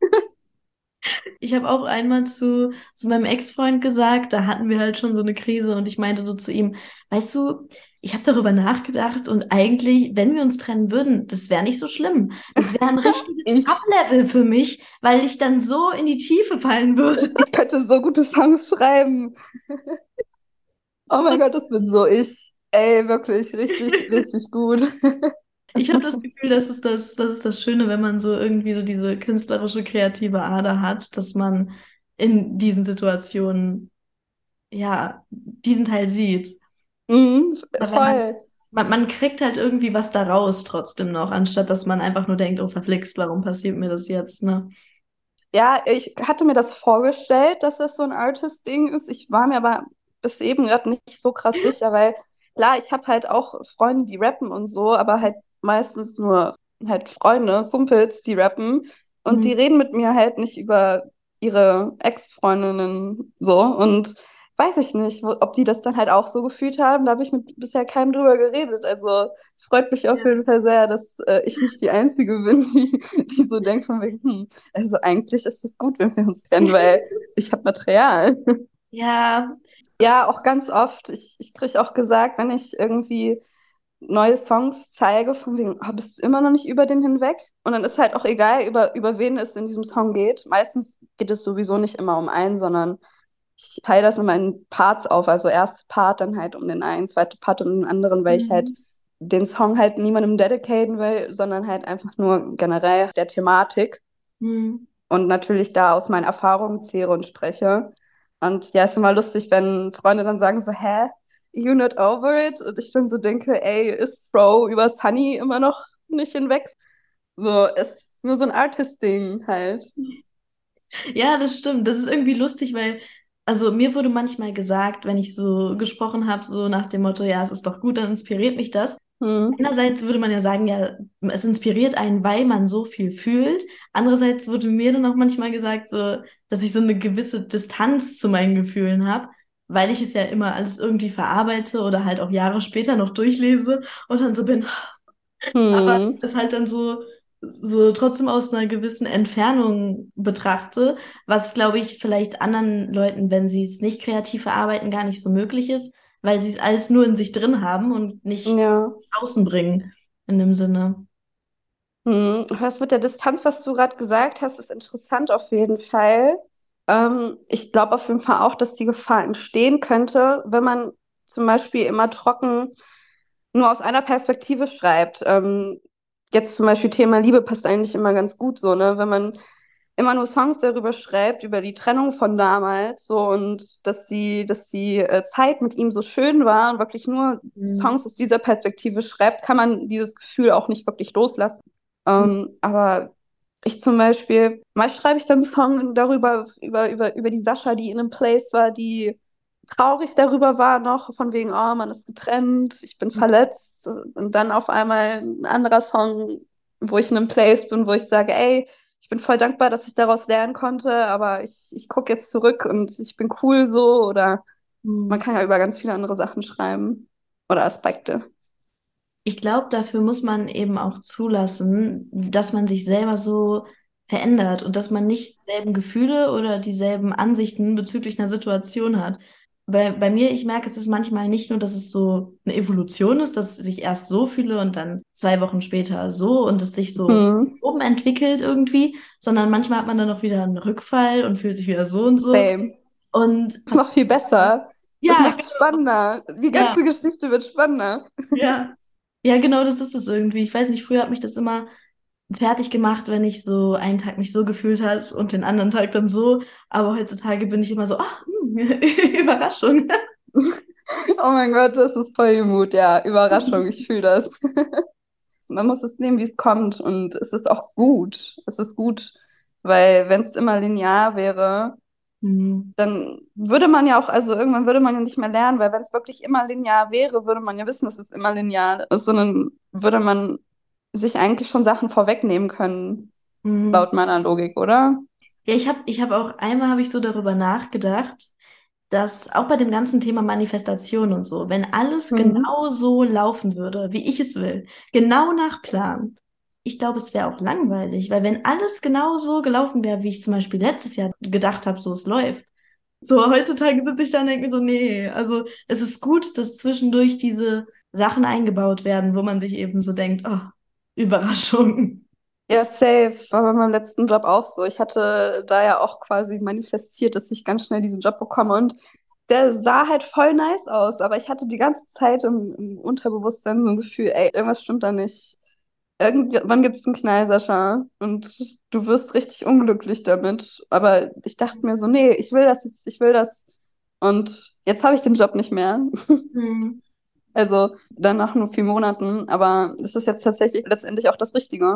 Ich habe auch einmal zu meinem Ex-Freund gesagt, da hatten wir halt schon so eine Krise und ich meinte so zu ihm, weißt du, ich habe darüber nachgedacht und eigentlich, wenn wir uns trennen würden, das wäre nicht so schlimm. Das wäre ein richtiges Ich, Up-Level für mich, weil ich dann so in die Tiefe fallen würde. ich könnte so gute Songs schreiben. Oh mein Gott, das bin so ich. Ey, wirklich, richtig, richtig gut. Ich habe das Gefühl, das ist das Schöne, wenn man so irgendwie so diese künstlerische, kreative Ader hat, dass man in diesen Situationen, ja, diesen Teil sieht. Mhm, Aber voll. man kriegt halt irgendwie was da raus trotzdem noch, anstatt dass man einfach nur denkt, oh verflixt, warum passiert mir das jetzt, ne? Ja, ich hatte mir das vorgestellt, dass das so ein Artist-Ding ist. Ich war mir aber bis eben gerade nicht so krass sicher, weil klar, ich habe halt auch Freunde, die rappen und so, aber halt meistens nur halt Freunde, Kumpels, die rappen und die Mhm. reden mit mir halt nicht über ihre Ex-Freundinnen so und weiß ich nicht, ob die das dann halt auch so gefühlt haben. Da habe ich mit bisher keinem drüber geredet. Also freut mich auf Ja. jeden Fall sehr, dass ich nicht die Einzige bin, die so denkt von wegen, also eigentlich ist es gut, wenn wir uns kennen, weil ich habe Material. Ja, Ja, auch ganz oft. Ich kriege auch gesagt, wenn ich irgendwie neue Songs zeige, von wegen, bist du immer noch nicht über den hinweg? Und dann ist halt auch egal, über wen es in diesem Song geht. Meistens geht es sowieso nicht immer um einen, sondern ich teile das immer in Parts auf. Also erste Part dann halt um den einen, zweite Part um den anderen, weil ich halt Mhm. den Song halt niemandem dedicaten will, sondern halt einfach nur generell der Thematik Mhm. und natürlich da aus meinen Erfahrungen zehre und spreche. Und ja, ist immer lustig, wenn Freunde dann sagen so, hä, you not over it? Und ich dann so denke, ey, ist Throw über Sunny immer noch nicht hinweg? So, es ist nur so ein Artist-Ding halt. Ja, das stimmt. Das ist irgendwie lustig, weil, also mir wurde manchmal gesagt, wenn ich so gesprochen habe, so nach dem Motto, ja, es ist doch gut, dann inspiriert mich das. Hm. Einerseits würde man ja sagen, ja, es inspiriert einen, weil man so viel fühlt. Andererseits wurde mir dann auch manchmal gesagt, so, dass ich so eine gewisse Distanz zu meinen Gefühlen habe, weil ich es ja immer alles irgendwie verarbeite oder halt auch Jahre später noch durchlese und dann so bin, aber Hm. es halt dann so trotzdem aus einer gewissen Entfernung betrachte, was, glaube ich, vielleicht anderen Leuten, wenn sie es nicht kreativ verarbeiten, gar nicht so möglich ist, weil sie es alles nur in sich drin haben und nicht Ja. außen bringen, in dem Sinne. Was mit der Distanz, was du gerade gesagt hast, ist interessant auf jeden Fall. Ich glaube auf jeden Fall auch, dass die Gefahr entstehen könnte, wenn man zum Beispiel immer trocken nur aus einer Perspektive schreibt. Jetzt zum Beispiel Thema Liebe passt eigentlich immer ganz gut so, ne? Wenn man immer nur Songs darüber schreibt, über die Trennung von damals, so und dass die Zeit mit ihm so schön war und wirklich nur Mhm. Songs aus dieser Perspektive schreibt, kann man dieses Gefühl auch nicht wirklich loslassen. Aber ich zum Beispiel, mal schreibe ich dann einen Song darüber, über die Sascha, die in einem Place war, die traurig darüber war noch, von wegen, oh, man ist getrennt, ich bin verletzt. Und dann auf einmal ein anderer Song, wo ich in einem Place bin, wo ich sage, ey, ich bin voll dankbar, dass ich daraus lernen konnte, aber ich gucke jetzt zurück und ich bin cool so. Oder man Mhm. kann ja über ganz viele andere Sachen schreiben oder Aspekte. Ich glaube, dafür muss man eben auch zulassen, dass man sich selber so verändert und dass man nicht dieselben Gefühle oder dieselben Ansichten bezüglich einer Situation hat. Bei mir, ich merke, es ist manchmal nicht nur, dass es so eine Evolution ist, dass ich erst so fühle und dann 2 Wochen später so und es sich so Hm, oben entwickelt irgendwie, sondern manchmal hat man dann auch wieder einen Rückfall und fühlt sich wieder so und so. same. Und Ist noch viel besser. Das ja, macht spannender. Die ja, ganze Geschichte wird spannender. ja. Ja, genau, das ist es irgendwie. Ich weiß nicht, früher hat mich das immer fertig gemacht, wenn ich so einen Tag mich so gefühlt habe und den anderen Tag dann so. Aber heutzutage bin ich immer so, ach, Überraschung. Oh mein Gott, das ist voll Mut. Ja, Überraschung, ich fühle das. Man muss es nehmen, wie es kommt und es ist auch gut. Es ist gut, weil wenn es immer linear wäre, Hm. dann würde man ja auch, also irgendwann würde man ja nicht mehr lernen, weil wenn es wirklich immer linear wäre, würde man ja wissen, dass es immer linear ist, sondern würde man sich eigentlich schon Sachen vorwegnehmen können, Hm. laut meiner Logik, oder? Ja, ich hab auch einmal habe ich so darüber nachgedacht, dass auch bei dem ganzen Thema Manifestation und so, wenn alles Mhm. genau so laufen würde, wie ich es will, genau nach Plan, ich glaube, es wäre auch langweilig, weil wenn alles genau so gelaufen wäre, wie ich zum Beispiel letztes Jahr gedacht habe, so es läuft. So, heutzutage sitze ich da und denke mir so, nee, also es ist gut, dass zwischendurch diese Sachen eingebaut werden, wo man sich eben so denkt, oh, Überraschung. Ja, safe. War bei meinem letzten Job auch so. Ich hatte da ja auch quasi manifestiert, dass ich ganz schnell diesen Job bekomme und der sah halt voll nice aus, aber ich hatte die ganze Zeit im Unterbewusstsein so ein Gefühl, ey, irgendwas stimmt da nicht. Irgendwann gibt es einen Knall, Sascha, und du wirst richtig unglücklich damit. Aber ich dachte mir so, nee, ich will das jetzt, ich will das. Und jetzt habe ich den Job nicht mehr. Hm. Also dann nach nur 4 Monaten, aber es ist jetzt tatsächlich letztendlich auch das Richtige.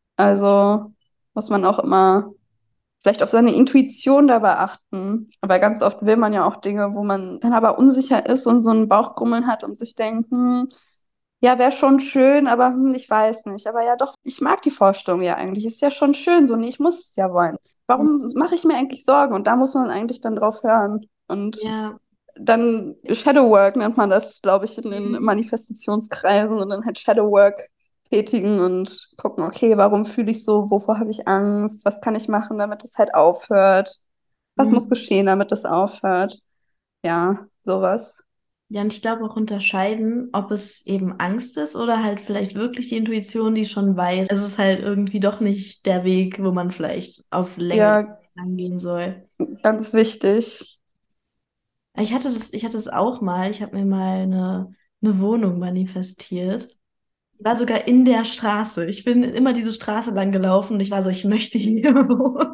Also muss man auch immer vielleicht auf seine Intuition dabei achten. Aber ganz oft will man ja auch Dinge, wo man dann aber unsicher ist und so ein Bauchgrummeln hat und sich denkt, ja, wäre schon schön, aber ich weiß nicht. Aber ja, doch, ich mag die Vorstellung ja eigentlich. Ist ja schon schön, so, nee, ich muss es ja wollen. Warum mache ich mir eigentlich Sorgen? Und da muss man eigentlich dann drauf hören. Und Ja. dann Shadowwork nennt man das, glaube ich, in den Mhm. Manifestationskreisen und dann halt Shadowwork tätigen und gucken, okay, warum fühle ich so, wovor habe ich Angst, was kann ich machen, damit es halt aufhört, was muss Mhm. geschehen, damit es aufhört. Ja, sowas. Ja, und ich glaube auch unterscheiden, ob es eben Angst ist oder halt vielleicht wirklich die Intuition, die schon weiß, es ist halt irgendwie doch nicht der Weg, wo man vielleicht auf längere Zeit Ja, lang gehen soll. ganz wichtig. Ich hatte das auch mal. Ich habe mir mal eine Wohnung manifestiert. Ich war sogar in der Straße. Ich bin immer diese Straße lang gelaufen und ich war so, ich möchte hier wohnen.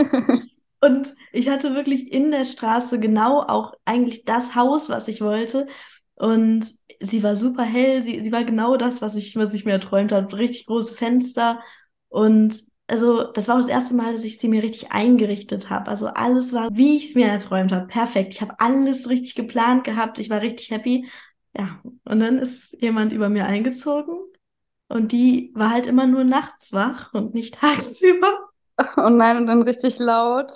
Und ich hatte wirklich in der Straße genau auch eigentlich das Haus, was ich wollte. Und sie war super hell. Sie war genau das, was ich mir erträumt habe. Richtig große Fenster. Und also, das war auch das erste Mal, dass ich sie mir richtig eingerichtet habe. Also, alles war, wie ich es mir erträumt habe. Perfekt. Ich habe alles richtig geplant gehabt. Ich war richtig happy. Ja, und dann ist jemand über mir eingezogen. Und die war halt immer nur nachts wach und nicht tagsüber. Und nein, und dann richtig laut.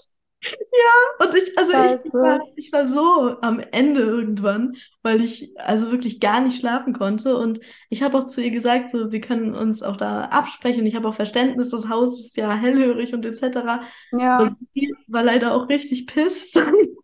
Und ich Scheiße. war so am Ende irgendwann, weil ich also wirklich gar nicht schlafen konnte. Und ich habe auch zu ihr gesagt, so, wir können uns auch da absprechen. Ich habe auch Verständnis, das Haus ist ja hellhörig und etc. Aber Ja, sie war leider auch richtig pisst.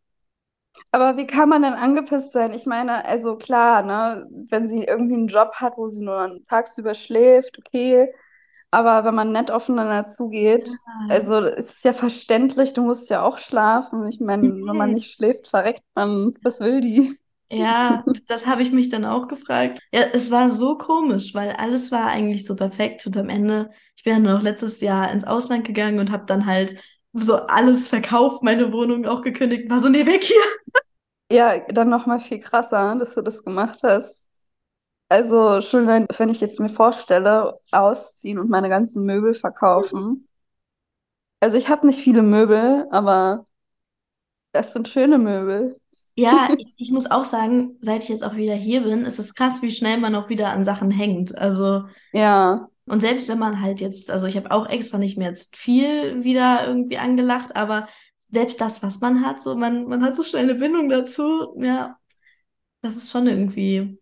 aber wie kann man denn angepisst sein? Ich meine, also klar, ne, wenn sie irgendwie einen Job hat, wo sie nur tagsüber schläft, okay. Aber wenn man nett aufeinander zugeht, also es ist ja verständlich, du musst ja auch schlafen. Ich meine, wenn man nicht schläft, verreckt man. Was will die? Ja, das habe ich mich dann auch gefragt. Ja, es war so komisch, weil alles war eigentlich so perfekt und am Ende, ich bin ja noch letztes Jahr ins Ausland gegangen und habe dann halt so alles verkauft, meine Wohnung auch gekündigt, war so, nee, weg hier. Ja, dann noch mal viel krasser, dass du das gemacht hast. Also schon, wenn ich jetzt mir vorstelle, ausziehen und meine ganzen Möbel verkaufen. Also ich habe nicht viele Möbel, aber das sind schöne Möbel. Ja, ich muss auch sagen, seit ich jetzt auch wieder hier bin, ist es krass, wie schnell man auch wieder an Sachen hängt. Also, Ja, und selbst wenn man halt jetzt, also ich habe auch extra nicht mehr jetzt viel wieder irgendwie angelacht, aber selbst das, was man hat, so man hat so schnell eine Bindung dazu, ja, das ist schon irgendwie.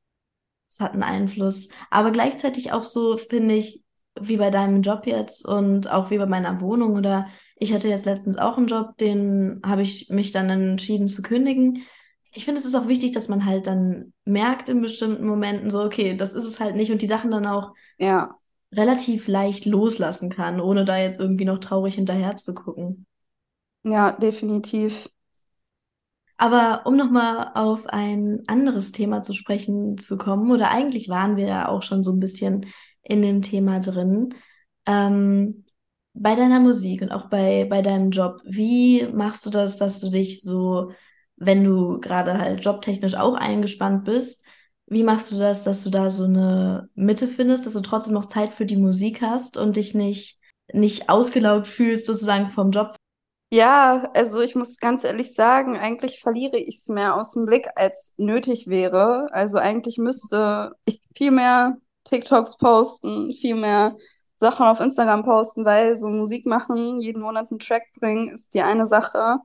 Es hat einen Einfluss. Aber gleichzeitig auch so, finde ich, wie bei deinem Job jetzt und auch wie bei meiner Wohnung oder ich hatte jetzt letztens auch einen Job, den habe ich mich dann entschieden zu kündigen. Ich finde, es ist auch wichtig, dass man halt dann merkt in bestimmten Momenten so, okay, das ist es halt nicht und die Sachen dann auch ja, relativ leicht loslassen kann, ohne da jetzt irgendwie noch traurig hinterher zu gucken. ja, definitiv. Aber um nochmal auf ein anderes Thema zu sprechen zu kommen, oder eigentlich waren wir ja auch schon so ein bisschen in dem Thema drin, ähm, bei deiner Musik und auch bei deinem Job, wie machst du das, dass du dich so, wenn du gerade halt jobtechnisch auch eingespannt bist, wie machst du das, dass du da so eine Mitte findest, dass du trotzdem noch Zeit für die Musik hast und dich nicht ausgelaugt fühlst sozusagen vom Job? Ja, also ich muss ganz ehrlich sagen, eigentlich verliere ich es mehr aus dem Blick, als nötig wäre. Also eigentlich müsste ich viel mehr TikToks posten, viel mehr Sachen auf Instagram posten, weil so Musik machen, jeden Monat einen Track bringen, ist die eine Sache.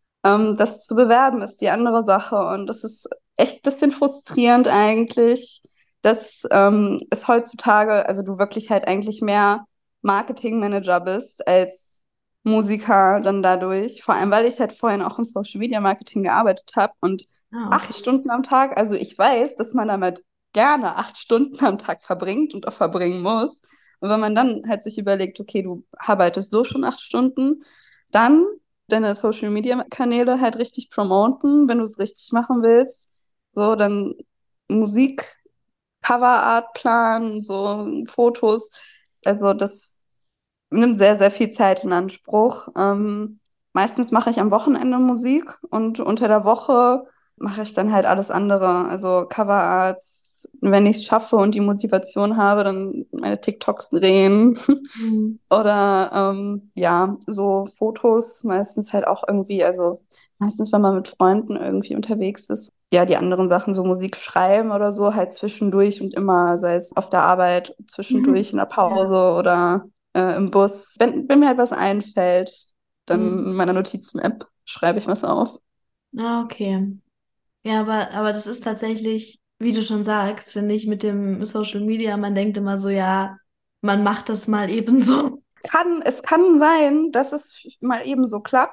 Das zu bewerben ist die andere Sache. Und das ist echt ein bisschen frustrierend eigentlich, dass es heutzutage, also du wirklich halt eigentlich mehr Marketingmanager bist als Musiker dann dadurch. Vor allem, weil ich halt vorhin auch im Social Media Marketing gearbeitet habe und Ah, okay. 8 Stunden am Tag, also ich weiß, dass man damit gerne 8 Stunden am Tag verbringt und auch verbringen muss. Und wenn man dann halt sich überlegt, okay, du arbeitest so schon 8 Stunden, dann deine Social Media Kanäle halt richtig promoten, wenn du es richtig machen willst. So, dann Musik, Coverart planen, so Fotos. Also das nimmt sehr, sehr viel Zeit in Anspruch. Meistens mache ich am Wochenende Musik und unter der Woche mache ich dann halt alles andere. Also Coverarts, wenn ich es schaffe und die Motivation habe, dann meine TikToks drehen. Hm. Oder ja, so Fotos, meistens halt auch irgendwie, also meistens, wenn man mit Freunden irgendwie unterwegs ist. Ja, die anderen Sachen, so Musik schreiben oder so, halt zwischendurch und immer, sei es auf der Arbeit, zwischendurch in der Ja. Pause oder im Bus. Wenn mir halt was einfällt, dann in Hm. meiner Notizen-App schreibe ich was auf. Ah, okay. Ja, aber das ist tatsächlich, wie du schon sagst, finde ich, mit dem Social Media, man denkt immer so, ja, man macht das mal eben so. Es kann sein, dass es mal eben so klappt.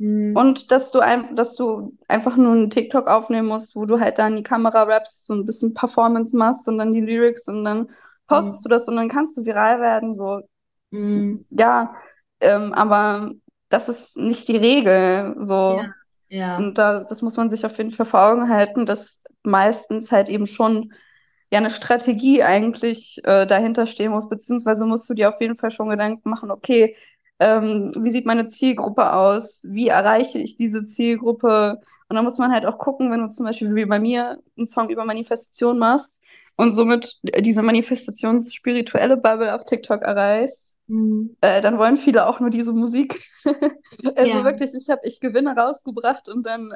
Mhm. Und dass du einfach nur einen TikTok aufnehmen musst, wo du halt da in die Kamera rappst, so ein bisschen Performance machst und dann die Lyrics und dann postest du Mhm. das und dann kannst du viral werden. So, Mhm. ja, aber das ist nicht die Regel. Ja, So. ja. Und das muss man sich auf jeden Fall vor Augen halten, dass meistens halt eben schon ja eine Strategie eigentlich dahinter stehen muss, beziehungsweise musst du dir auf jeden Fall schon Gedanken machen, okay, wie sieht meine Zielgruppe aus? Wie erreiche ich diese Zielgruppe? Und dann muss man halt auch gucken, wenn du zum Beispiel wie bei mir einen Song über Manifestation machst und somit diese manifestationsspirituelle Bubble auf TikTok erreichst, Mhm. dann wollen viele auch nur diese Musik. Also Ja. wirklich, ich Gewinne rausgebracht und dann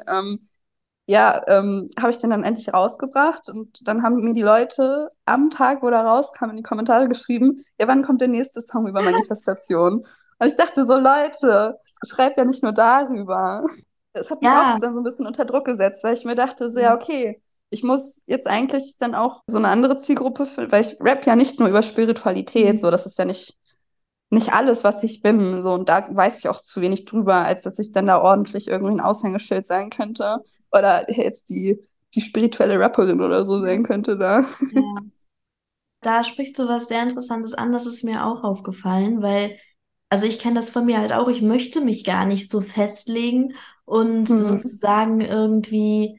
habe ich den dann endlich rausgebracht und dann haben mir die Leute am Tag, wo der rauskam, in die Kommentare geschrieben, ja, wann kommt der nächste Song über Manifestation? Und ich dachte so, Leute, ich schreibe ja nicht nur darüber. Das hat mich auch Ja. dann so ein bisschen unter Druck gesetzt, weil ich mir dachte, so, ja, okay, ich muss jetzt eigentlich dann auch so eine andere Zielgruppe, weil ich rap ja nicht nur über Spiritualität, so, Mhm. das ist ja nicht alles, was ich bin. So, und da weiß ich auch zu wenig drüber, als dass ich dann da ordentlich irgendwie ein Aushängeschild sein könnte. Oder jetzt die spirituelle Rapperin oder so sein könnte da. Ja. Da sprichst du was sehr Interessantes an, das ist mir auch aufgefallen, weil, also ich kenne das von mir halt auch, ich möchte mich gar nicht so festlegen und Hm. sozusagen irgendwie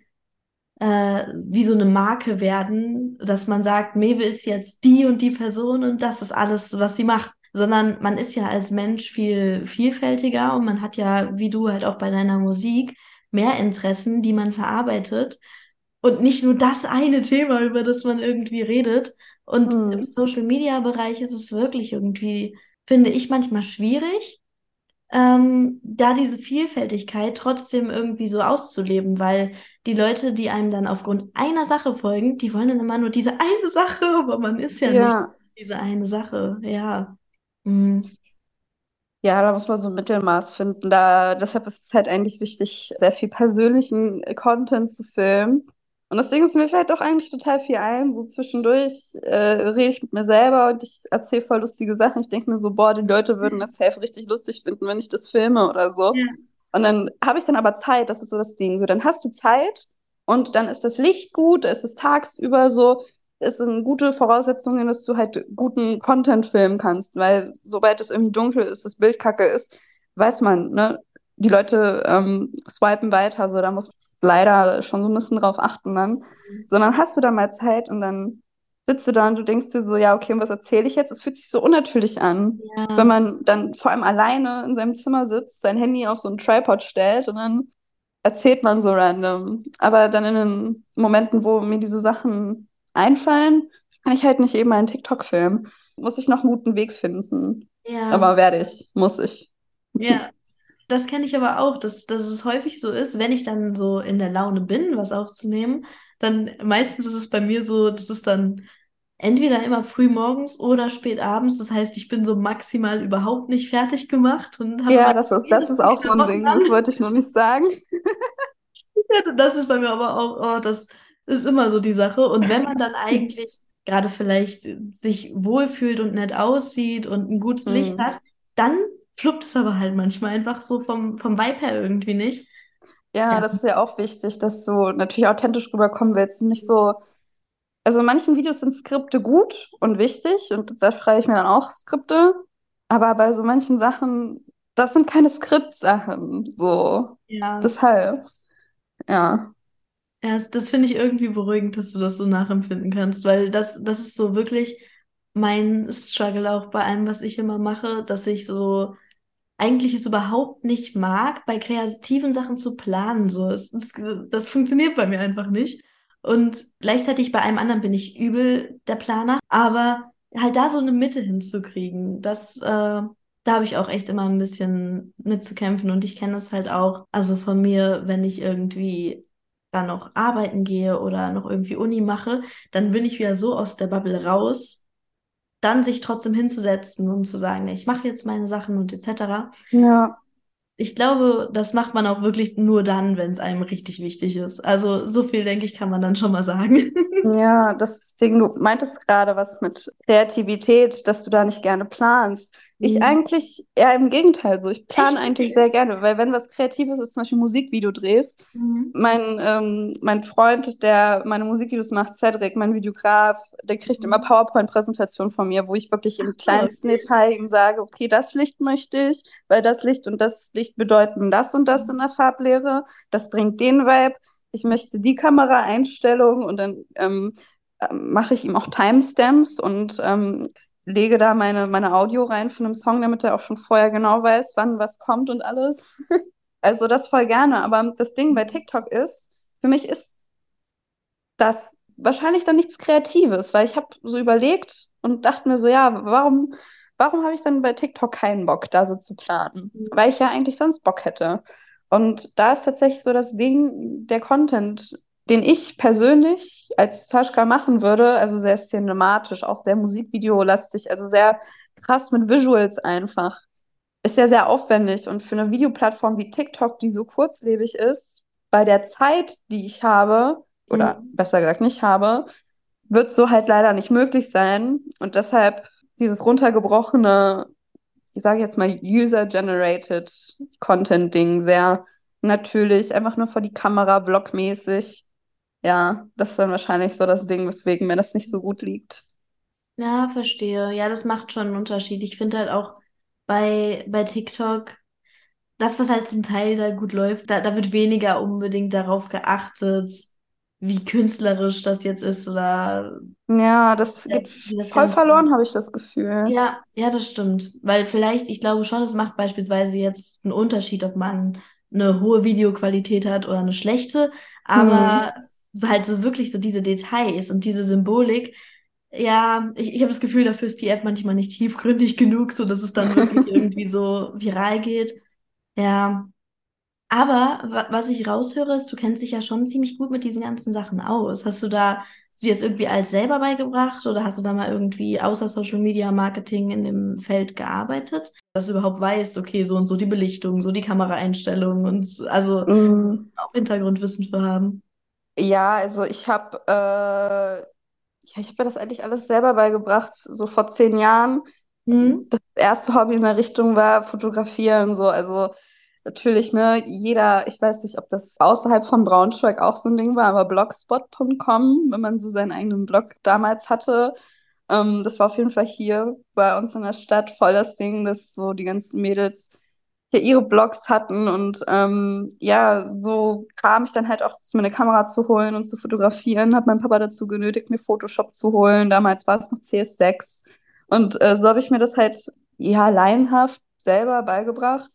wie so eine Marke werden, dass man sagt, Mewe ist jetzt die und die Person und das ist alles, was sie macht. Sondern man ist ja als Mensch viel vielfältiger und man hat ja, wie du halt auch bei deiner Musik, mehr Interessen, die man verarbeitet und nicht nur das eine Thema, über das man irgendwie redet. Und im Hm. Social-Media-Bereich ist es wirklich irgendwie, finde ich, manchmal schwierig da diese Vielfältigkeit trotzdem irgendwie so auszuleben, weil die Leute, die einem dann aufgrund einer Sache folgen, die wollen dann immer nur diese eine Sache, aber man ist ja nicht Ja. diese eine Sache. Ja. Mhm. Ja, da muss man so ein Mittelmaß finden. Deshalb ist es halt eigentlich wichtig, sehr viel persönlichen Content zu filmen. Und das Ding ist, mir fällt doch eigentlich total viel ein. So zwischendurch rede ich mit mir selber und ich erzähle voll lustige Sachen. Ich denke mir so, boah, die Leute würden das safe richtig lustig finden, wenn ich das filme oder so. Ja. Und dann habe ich dann aber Zeit, das ist so das Ding. So, dann hast du Zeit und dann ist das Licht gut, es ist tagsüber so, es sind gute Voraussetzungen, dass du halt guten Content filmen kannst, weil sobald es irgendwie dunkel ist, das Bild kacke ist, weiß man, ne, die Leute swipen weiter, so, da muss man leider schon so ein bisschen drauf achten dann. Sondern hast du da mal Zeit und dann sitzt du da und du denkst dir so, ja, okay, und was erzähle ich jetzt? Es fühlt sich so unnatürlich an, wenn Ja. man dann vor allem alleine in seinem Zimmer sitzt, sein Handy auf so einen Tripod stellt und dann erzählt man so random. Aber dann in den Momenten, wo mir diese Sachen einfallen, kann ich halt nicht eben einen TikTok filmen. Muss ich noch einen guten Weg finden. Ja. Aber werde ich, muss ich. Ja. Das kenne ich aber auch, dass es häufig so ist, wenn ich dann so in der Laune bin, was aufzunehmen, dann meistens ist es bei mir so, das ist dann entweder immer früh morgens oder spät abends. Das heißt, ich bin so maximal überhaupt nicht fertig gemacht und habe Ja, meine das ist spätesten auch so ein Klamotten Ding, das an. wollte ich nur nicht sagen. Ja, das ist bei mir aber auch, oh, das ist immer so die Sache. Und wenn man dann eigentlich gerade vielleicht sich wohlfühlt und nett aussieht und ein gutes Licht Hm. hat, dann fluppt es aber halt manchmal einfach so vom Vibe her irgendwie nicht. Ja, Ja. das ist ja auch wichtig, dass du natürlich authentisch rüberkommen willst und nicht so. Also in manchen Videos sind Skripte gut und wichtig und da schreibe ich mir dann auch Skripte. Aber bei so manchen Sachen, das sind keine Skriptsachen. So. Ja. Deshalb, ja. Ja, das finde ich irgendwie beruhigend, dass du das so nachempfinden kannst, weil das ist so wirklich mein Struggle auch bei allem, was ich immer mache, dass ich so eigentlich es überhaupt nicht mag, bei kreativen Sachen zu planen. So, das funktioniert bei mir einfach nicht. Und gleichzeitig bei allem anderen bin ich übel der Planer, aber halt da so eine Mitte hinzukriegen, da habe ich auch echt immer ein bisschen mit zu kämpfen. Und ich kenne das halt auch, also von mir, wenn ich irgendwie dann noch arbeiten gehe oder noch irgendwie Uni mache, dann bin ich wieder so aus der Bubble raus, dann sich trotzdem hinzusetzen und zu sagen, nee, ich mache jetzt meine Sachen und etc. Ja. ich glaube, das macht man auch wirklich nur dann, wenn es einem richtig wichtig ist. Also so viel, denke ich, kann man dann schon mal sagen. Ja, das Ding, du meintest gerade was mit Kreativität, dass du da nicht gerne planst. Ich Mhm. eigentlich eher im Gegenteil so. Ich plane Echt? eigentlich Okay. sehr gerne, weil wenn was Kreatives ist, zum Beispiel ein Musikvideo drehst, Mhm. mein Freund, der meine Musikvideos macht, Cedric, mein Videograf, der kriegt immer Mhm. PowerPoint-Präsentationen von mir, wo ich wirklich Ach im so, kleinsten okay. Detail ihm sage, okay, das Licht möchte ich, weil das Licht und das Licht bedeuten das und das in der Farblehre. Das bringt den Vibe. Ich möchte die Kameraeinstellung und dann mache ich ihm auch Timestamps und lege da meine Audio rein von einem Song, damit er auch schon vorher genau weiß, wann was kommt und alles. Also das voll gerne. Aber das Ding bei TikTok ist, für mich ist das wahrscheinlich dann nichts Kreatives, weil ich habe so überlegt und dachte mir so, ja, warum habe ich dann bei TikTok keinen Bock, da so zu planen? Weil ich ja eigentlich sonst Bock hätte. Und da ist tatsächlich so das Ding, der Content, den ich persönlich als Sascha machen würde, also sehr cinematisch, auch sehr musikvideolastig, also sehr krass mit Visuals einfach, ist ja sehr aufwendig. Und für eine Videoplattform wie TikTok, die so kurzlebig ist, bei der Zeit, die ich habe, oder Mhm. besser gesagt nicht habe, wird so halt leider nicht möglich sein. Und deshalb dieses runtergebrochene, ich sage jetzt mal User-Generated Content-Ding, sehr natürlich, einfach nur vor die Kamera, vlogmäßig. Ja, das ist dann wahrscheinlich so das Ding, weswegen mir das nicht so gut liegt. Ja, verstehe. Ja, das macht schon einen Unterschied. Ich finde halt auch bei TikTok, das, was halt zum Teil da gut läuft, da wird weniger unbedingt darauf geachtet, wie künstlerisch das jetzt ist oder Ja, das geht wie das voll Ganze. verloren, habe ich das Gefühl. Ja, ja, das stimmt. Weil vielleicht, ich glaube schon, es macht beispielsweise jetzt einen Unterschied, ob man eine hohe Videoqualität hat oder eine schlechte, Hm. aber so halt so wirklich so diese Details und diese Symbolik, ja, ich habe das Gefühl, dafür ist die App manchmal nicht tiefgründig genug, so dass es dann wirklich irgendwie so viral geht. Ja. Aber was ich raushöre, ist, du kennst dich ja schon ziemlich gut mit diesen ganzen Sachen aus. Hast du dir das irgendwie als selber beigebracht oder hast du da mal irgendwie außer Social Media Marketing in dem Feld gearbeitet? Dass du überhaupt weißt, okay, so und so die Belichtung, so die Kameraeinstellungen und also Mm, auch Hintergrundwissen für haben. ja, also ich habe mir das eigentlich alles selber beigebracht, so vor 10 Jahren. Mhm. Das erste Hobby in der Richtung war Fotografieren, so, also natürlich, ne, jeder, ich weiß nicht, ob das außerhalb von Braunschweig auch so ein Ding war, aber blogspot.com, wenn man so seinen eigenen Blog damals hatte, das war auf jeden Fall hier bei uns in der Stadt voll das Ding, dass so die ganzen Mädels hier ihre Blogs hatten und ja, so kam ich dann halt auch dazu, mir eine Kamera zu holen und zu fotografieren, habe meinen Papa dazu genötigt, mir Photoshop zu holen. Damals war es noch CS6 und so habe ich mir das halt ja laienhaft selber beigebracht.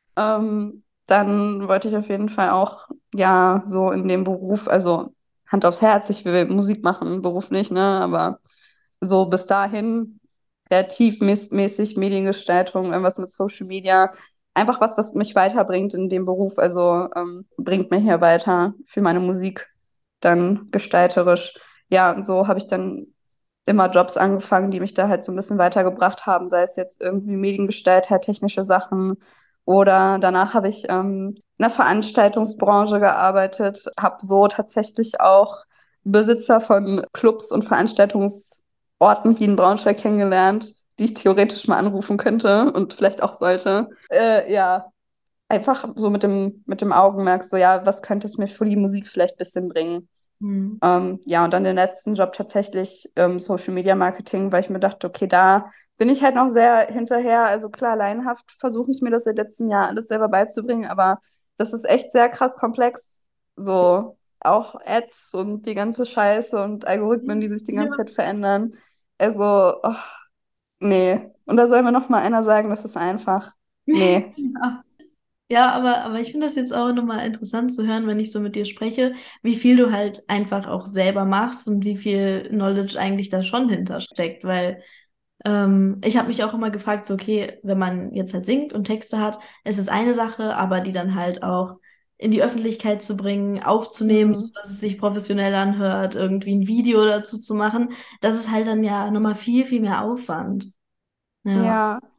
Dann wollte ich auf jeden Fall auch ja so in dem Beruf, also Hand aufs Herz, ich will Musik machen, beruflich, ne, aber so bis dahin kreativmäßig Mediengestaltung, irgendwas mit Social Media, einfach was mich weiterbringt in dem Beruf, also bringt mir hier weiter für meine Musik dann gestalterisch. Ja, und so habe ich dann immer Jobs angefangen, die mich da halt so ein bisschen weitergebracht haben, sei es jetzt irgendwie Mediengestalter, technische Sachen oder danach habe ich in der Veranstaltungsbranche gearbeitet, habe so tatsächlich auch Besitzer von Clubs und Veranstaltungsorten hier in Braunschweig kennengelernt, die ich theoretisch mal anrufen könnte und vielleicht auch sollte. Ja, einfach so mit dem Augenmerk, so ja, was könnte es mir für die Musik vielleicht ein bisschen bringen? Mhm. Ja, und dann den letzten Job tatsächlich Social Media Marketing, weil ich mir dachte, okay, da bin ich halt noch sehr hinterher. Also klar, laienhaft versuche ich mir das seit letztem Jahr alles selber beizubringen, aber das ist echt sehr krass komplex. So auch Ads und die ganze Scheiße und Algorithmen, die sich die ganze Ja. Zeit verändern. Also, oh, nee. Und da soll mir noch mal einer sagen, das ist einfach. Nee. Ja. Ja, aber ich finde das jetzt auch nochmal interessant zu hören, wenn ich so mit dir spreche, wie viel du halt einfach auch selber machst und wie viel Knowledge eigentlich da schon hintersteckt, weil ich habe mich auch immer gefragt, so okay, wenn man jetzt halt singt und Texte hat, ist es eine Sache, aber die dann halt auch in die Öffentlichkeit zu bringen, aufzunehmen, Hm. sodass es sich professionell anhört, irgendwie ein Video dazu zu machen, das ist halt dann ja nochmal viel, viel mehr Aufwand. Ja. Ja.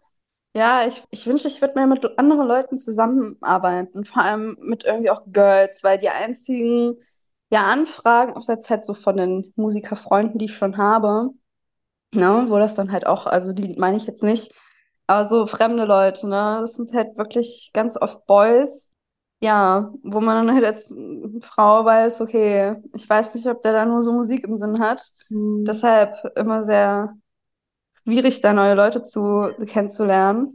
Ja, ich wünschte, ich würde mehr mit anderen Leuten zusammenarbeiten, vor allem mit irgendwie auch Girls, weil die einzigen ja Anfragen, abseits halt so von den Musikerfreunden, die ich schon habe, ne, wo das dann halt auch, also die meine ich jetzt nicht, aber so fremde Leute, ne, das sind halt wirklich ganz oft Boys, ja, wo man dann halt als Frau weiß, okay, ich weiß nicht, ob der da nur so Musik im Sinn hat, Hm. deshalb immer sehr schwierig, da neue Leute kennenzulernen.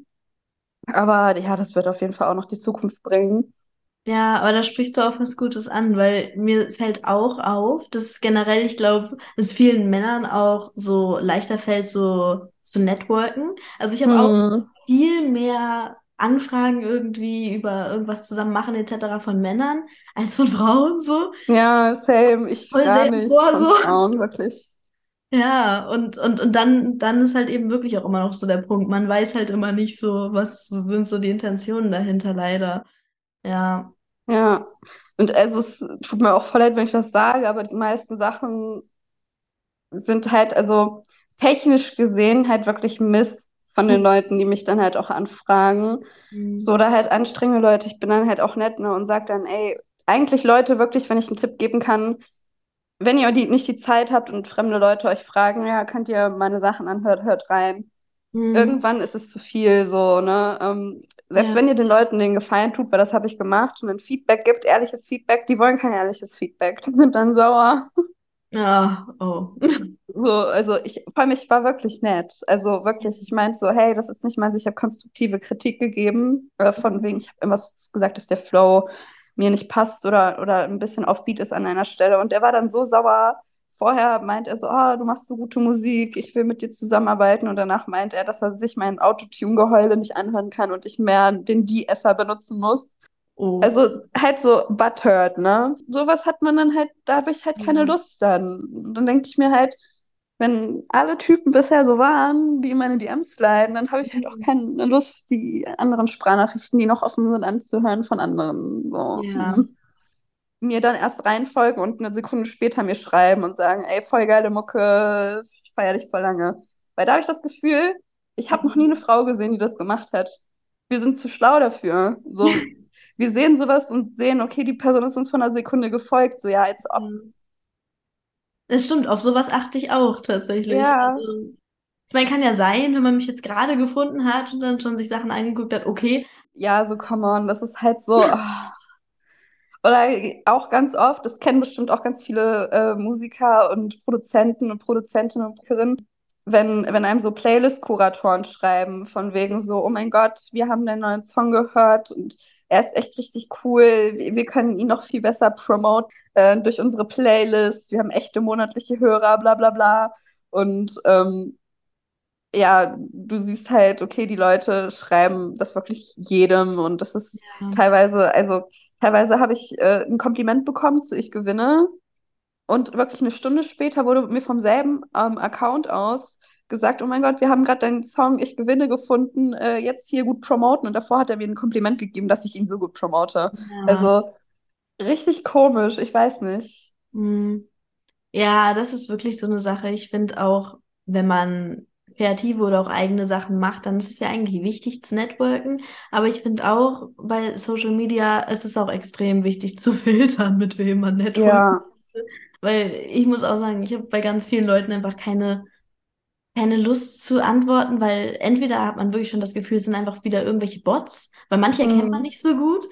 Aber ja, das wird auf jeden Fall auch noch die Zukunft bringen. Ja, aber da sprichst du auch was Gutes an, weil mir fällt auch auf, dass generell, ich glaube, es vielen Männern auch so leichter fällt, so zu networken. Also ich habe auch Hm. viel mehr Anfragen irgendwie über irgendwas zusammen machen etc. von Männern als von Frauen so. Ja, same. Ich Voll gar selten nicht vor von so. Frauen, wirklich. Ja, und dann ist halt eben wirklich auch immer noch so der Punkt. Man weiß halt immer nicht so, was sind so die Intentionen dahinter, leider. Ja. Ja. Und also es tut mir auch voll leid, wenn ich das sage, aber die meisten Sachen sind halt, also technisch gesehen, halt wirklich Mist von den Leuten, die mich dann halt auch anfragen. So, Mhm. oder halt anstrengende Leute. Ich bin dann halt auch nett, ne, und sag dann, ey, eigentlich Leute, wirklich, wenn ich einen Tipp geben kann, wenn ihr nicht die Zeit habt und fremde Leute euch fragen, ja, könnt ihr meine Sachen anhört, hört rein. Mhm. Irgendwann ist es zu viel so, ne? Selbst Ja. wenn ihr den Leuten den Gefallen tut, weil das habe ich gemacht und ein Feedback gibt, ehrliches Feedback, die wollen kein ehrliches Feedback, die sind dann sauer. Ja, oh. So, also vor allem, ich war wirklich nett. Also wirklich, ich meinte so, hey, das ist nicht meins, ich habe konstruktive Kritik gegeben, von wegen, ich habe immer so gesagt, dass der Flow mir nicht passt oder ein bisschen offbeat ist an einer Stelle. Und der war dann so sauer. Vorher meint er so, oh, du machst so gute Musik, ich will mit dir zusammenarbeiten. Und danach meint er, dass er sich mein Autotune-Geheule nicht anhören kann und ich mehr den De-Esser benutzen muss. Oh. Also halt so Butthurt, ne? Sowas hat man dann halt, da habe ich halt keine Ja. Lust dann. Und dann denke ich mir halt, wenn alle Typen bisher so waren, die in meine DMs sliden, dann habe ich halt auch Mhm. keine Lust, die anderen Sprachnachrichten, die noch offen sind, anzuhören von anderen. So. Ja. Mhm. Mir dann erst reinfolgen und eine Sekunde später mir schreiben und sagen, ey, voll geile Mucke, ich feier dich voll lange. Weil da habe ich das Gefühl, ich habe noch nie eine Frau gesehen, die das gemacht hat. Wir sind zu schlau dafür. So, wir sehen sowas und sehen, okay, die Person ist uns von einer Sekunde gefolgt. So, ja, als ob. Mhm. Es stimmt, auf sowas achte ich auch tatsächlich. Ja, Also, ich meine, kann ja sein, wenn man mich jetzt gerade gefunden hat und dann schon sich Sachen angeguckt hat, okay. ja, so come on, das ist halt so. Oder auch ganz oft, das kennen bestimmt auch ganz viele Musiker und Produzenten und Produzentinnen und Musikerinnen, wenn einem so Playlist-Kuratoren schreiben, von wegen so, oh mein Gott, wir haben den neuen Song gehört und er ist echt richtig cool, wir können ihn noch viel besser promoten durch unsere Playlist, wir haben echte monatliche Hörer, bla bla bla. Und ja, du siehst halt, okay, die Leute schreiben das wirklich jedem und das ist Ja. teilweise, also teilweise habe ich ein Kompliment bekommen zu Ich gewinne und wirklich eine Stunde später wurde mir vom selben Account aus gesagt, oh mein Gott, wir haben gerade deinen Song Ich gewinne gefunden, jetzt hier gut promoten und davor hat er mir ein Kompliment gegeben, dass ich ihn so gut promote. Ja. Also richtig komisch, ich weiß nicht. Mhm. Ja, das ist wirklich so eine Sache. Ich finde auch, wenn man kreative oder auch eigene Sachen macht, dann ist es ja eigentlich wichtig zu networken. Aber ich finde auch, bei Social Media ist es auch extrem wichtig zu filtern, mit wem man networkt. Ja, Weil ich muss auch sagen, ich habe bei ganz vielen Leuten einfach keine Lust zu antworten, weil entweder hat man wirklich schon das Gefühl, es sind einfach wieder irgendwelche Bots, weil manche erkennt man hm, nicht so gut.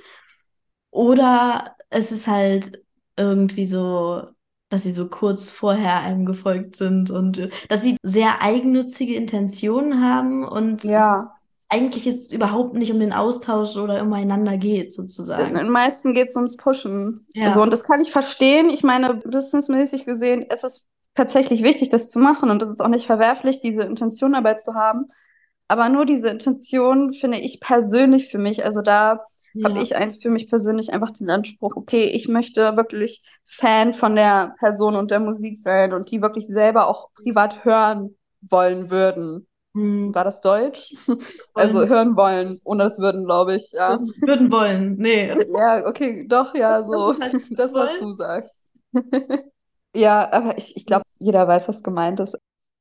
Oder es ist halt irgendwie so, dass sie so kurz vorher einem gefolgt sind und dass sie sehr eigennützige Intentionen haben und ja. eigentlich es überhaupt nicht um den Austausch oder umeinander geht, In sozusagen. den meisten geht es ums Pushen. So, und Ja. das kann ich verstehen. Ich meine, businessmäßig gesehen ist es tatsächlich wichtig, das zu machen. Und es ist auch nicht verwerflich, diese Intention dabei zu haben. Aber nur diese Intention finde ich persönlich für mich. Also da habe Ja. ich eigentlich für mich persönlich einfach den Anspruch, okay, ich möchte wirklich Fan von der Person und der Musik sein und die wirklich selber auch privat hören wollen würden. Hm. War das Deutsch? Also Wollen, hören wollen, ohne das würden, glaube ich, ja. würden wollen. Nee. Ja, okay, doch, ja, Das so, ist halt das, was wollen. du sagst. Ja, aber ich glaube, jeder weiß, was gemeint ist.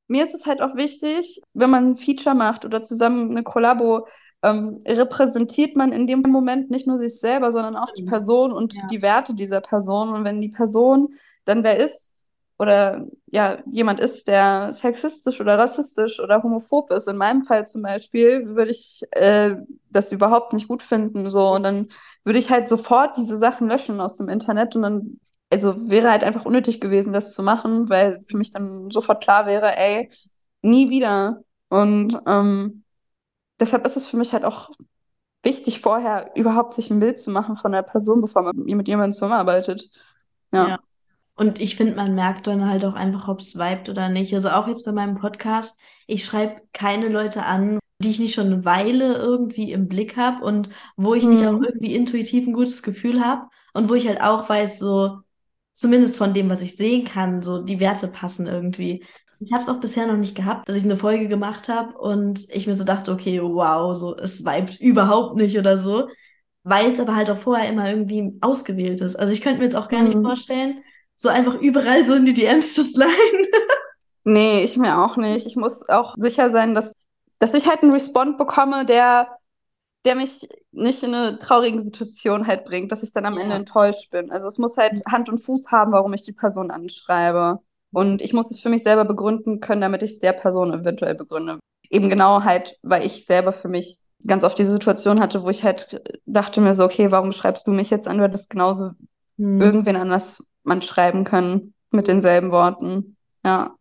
mir ist es halt auch wichtig, wenn man ein Feature macht oder zusammen eine Kollabo, repräsentiert man in dem Moment nicht nur sich selber, sondern auch die Person und Ja. die Werte dieser Person. Und wenn die Person dann wer ist oder ja, jemand ist, der sexistisch oder rassistisch oder homophob ist, in meinem Fall zum Beispiel, würde ich das überhaupt nicht gut finden. So. Und dann würde ich halt sofort diese Sachen löschen aus dem Internet und dann also wäre halt einfach unnötig gewesen, das zu machen, weil für mich dann sofort klar wäre, ey, nie wieder. Und deshalb ist es für mich halt auch wichtig, vorher überhaupt sich ein Bild zu machen von der Person, bevor man mit jemandem zusammenarbeitet. Ja. Ja. Und ich finde, man merkt dann halt auch einfach, ob es vibet oder nicht. Also auch jetzt bei meinem Podcast, ich schreibe keine Leute an, die ich nicht schon eine Weile irgendwie im Blick habe und wo ich nicht auch Hm. irgendwie intuitiv ein gutes Gefühl habe und wo ich halt auch weiß, so zumindest von dem, was ich sehen kann, so die Werte passen irgendwie. Ich habe es auch bisher noch nicht gehabt, dass ich eine Folge gemacht habe und ich mir so dachte, okay, wow, so es vibet überhaupt nicht oder so, weil es aber halt auch vorher immer irgendwie ausgewählt ist. Also ich könnte mir jetzt auch gar nicht Hm. vorstellen, so einfach überall so in die DMs zu sliden. Nee, ich mir auch nicht. Ich muss auch sicher sein, dass ich halt einen Respond bekomme, der mich nicht in eine traurige Situation halt bringt, dass ich dann am Ende Ja. enttäuscht bin. Also es muss halt Hand und Fuß haben, warum ich die Person anschreibe. Ja. Und ich muss es für mich selber begründen können, damit ich es der Person eventuell begründe. Eben genau halt, weil ich selber für mich ganz oft diese Situation hatte, wo ich halt dachte mir so, okay, warum schreibst du mich jetzt an? Du hättest genauso Hm. irgendwen anders schreiben können mit denselben Worten. Ja.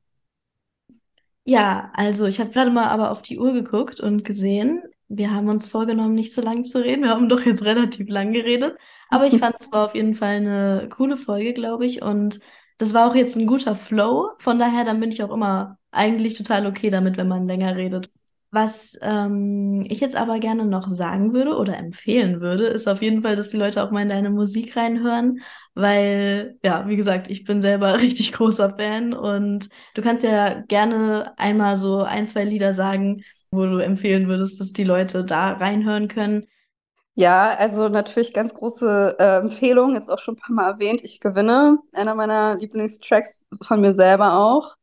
Ja, also ich habe gerade mal aber auf die Uhr geguckt und gesehen, wir haben uns vorgenommen, nicht so lange zu reden. Wir haben doch jetzt relativ lang geredet. Aber ich fand, es war auf jeden Fall eine coole Folge, glaube ich. Und das war auch jetzt ein guter Flow. Von daher, dann bin ich auch immer eigentlich total okay damit, wenn man länger redet. Was ich jetzt aber gerne noch sagen würde oder empfehlen würde, ist auf jeden Fall, dass die Leute auch mal in deine Musik reinhören, weil, ja, wie gesagt, ich bin selber richtig großer Fan und du kannst ja gerne einmal so ein, zwei Lieder sagen, wo du empfehlen würdest, dass die Leute da reinhören können. Ja, also natürlich ganz große Empfehlung, jetzt auch schon ein paar Mal erwähnt. Ich gewinne, einer meiner Lieblingstracks von mir selber auch.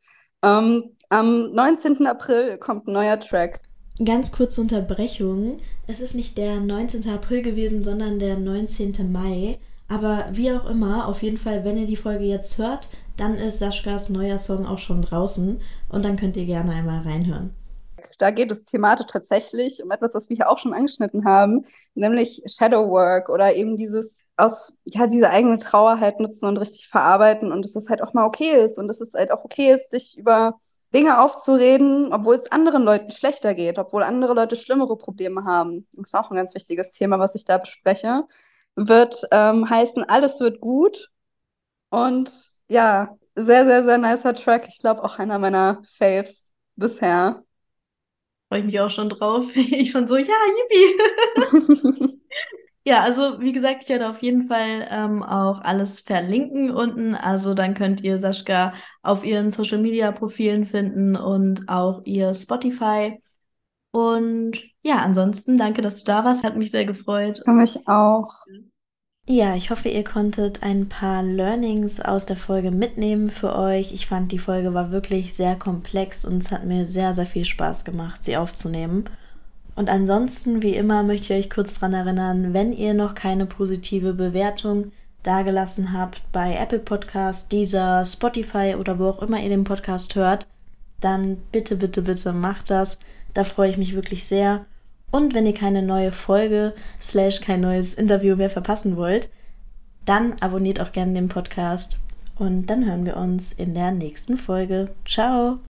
Am 19. April kommt ein neuer Track. Ganz kurze Unterbrechung. Es ist nicht der 19. April gewesen, sondern der 19. Mai. Aber wie auch immer, auf jeden Fall, wenn ihr die Folge jetzt hört, dann ist Saschkas neuer Song auch schon draußen und dann könnt ihr gerne einmal reinhören. Da geht es thematisch tatsächlich um etwas, was wir hier auch schon angeschnitten haben, nämlich Shadow Work oder eben ja, diese eigene Trauer halt nutzen und richtig verarbeiten und dass es halt auch mal okay ist und dass es halt auch okay ist, sich über Dinge aufzureden, obwohl es anderen Leuten schlechter geht, obwohl andere Leute schlimmere Probleme haben. Das ist auch ein ganz wichtiges Thema, was ich da bespreche. Wird heißen, alles wird gut und ja, sehr, sehr, sehr nicer Track. Ich glaube auch einer meiner Faves bisher. Freue ich mich auch schon drauf. Ich schon so, ja, yippie. Ja, also wie gesagt, ich werde auf jeden Fall auch alles verlinken unten. Also dann könnt ihr Sascha auf ihren Social Media Profilen finden und auch ihr Spotify. Und ja, ansonsten danke, dass du da warst. Hat mich sehr gefreut. Für mich auch. Ja, ich hoffe, ihr konntet ein paar Learnings aus der Folge mitnehmen für euch. Ich fand, die Folge war wirklich sehr komplex und es hat mir sehr, sehr viel Spaß gemacht, sie aufzunehmen. Und ansonsten, wie immer, möchte ich euch kurz daran erinnern, wenn ihr noch keine positive Bewertung dagelassen habt bei Apple Podcast, Deezer, Spotify oder wo auch immer ihr den Podcast hört, dann bitte, bitte, bitte macht das. Da freue ich mich wirklich sehr. Und wenn ihr keine neue Folge / kein neues Interview mehr verpassen wollt, dann abonniert auch gerne den Podcast. Und dann hören wir uns in der nächsten Folge. Ciao!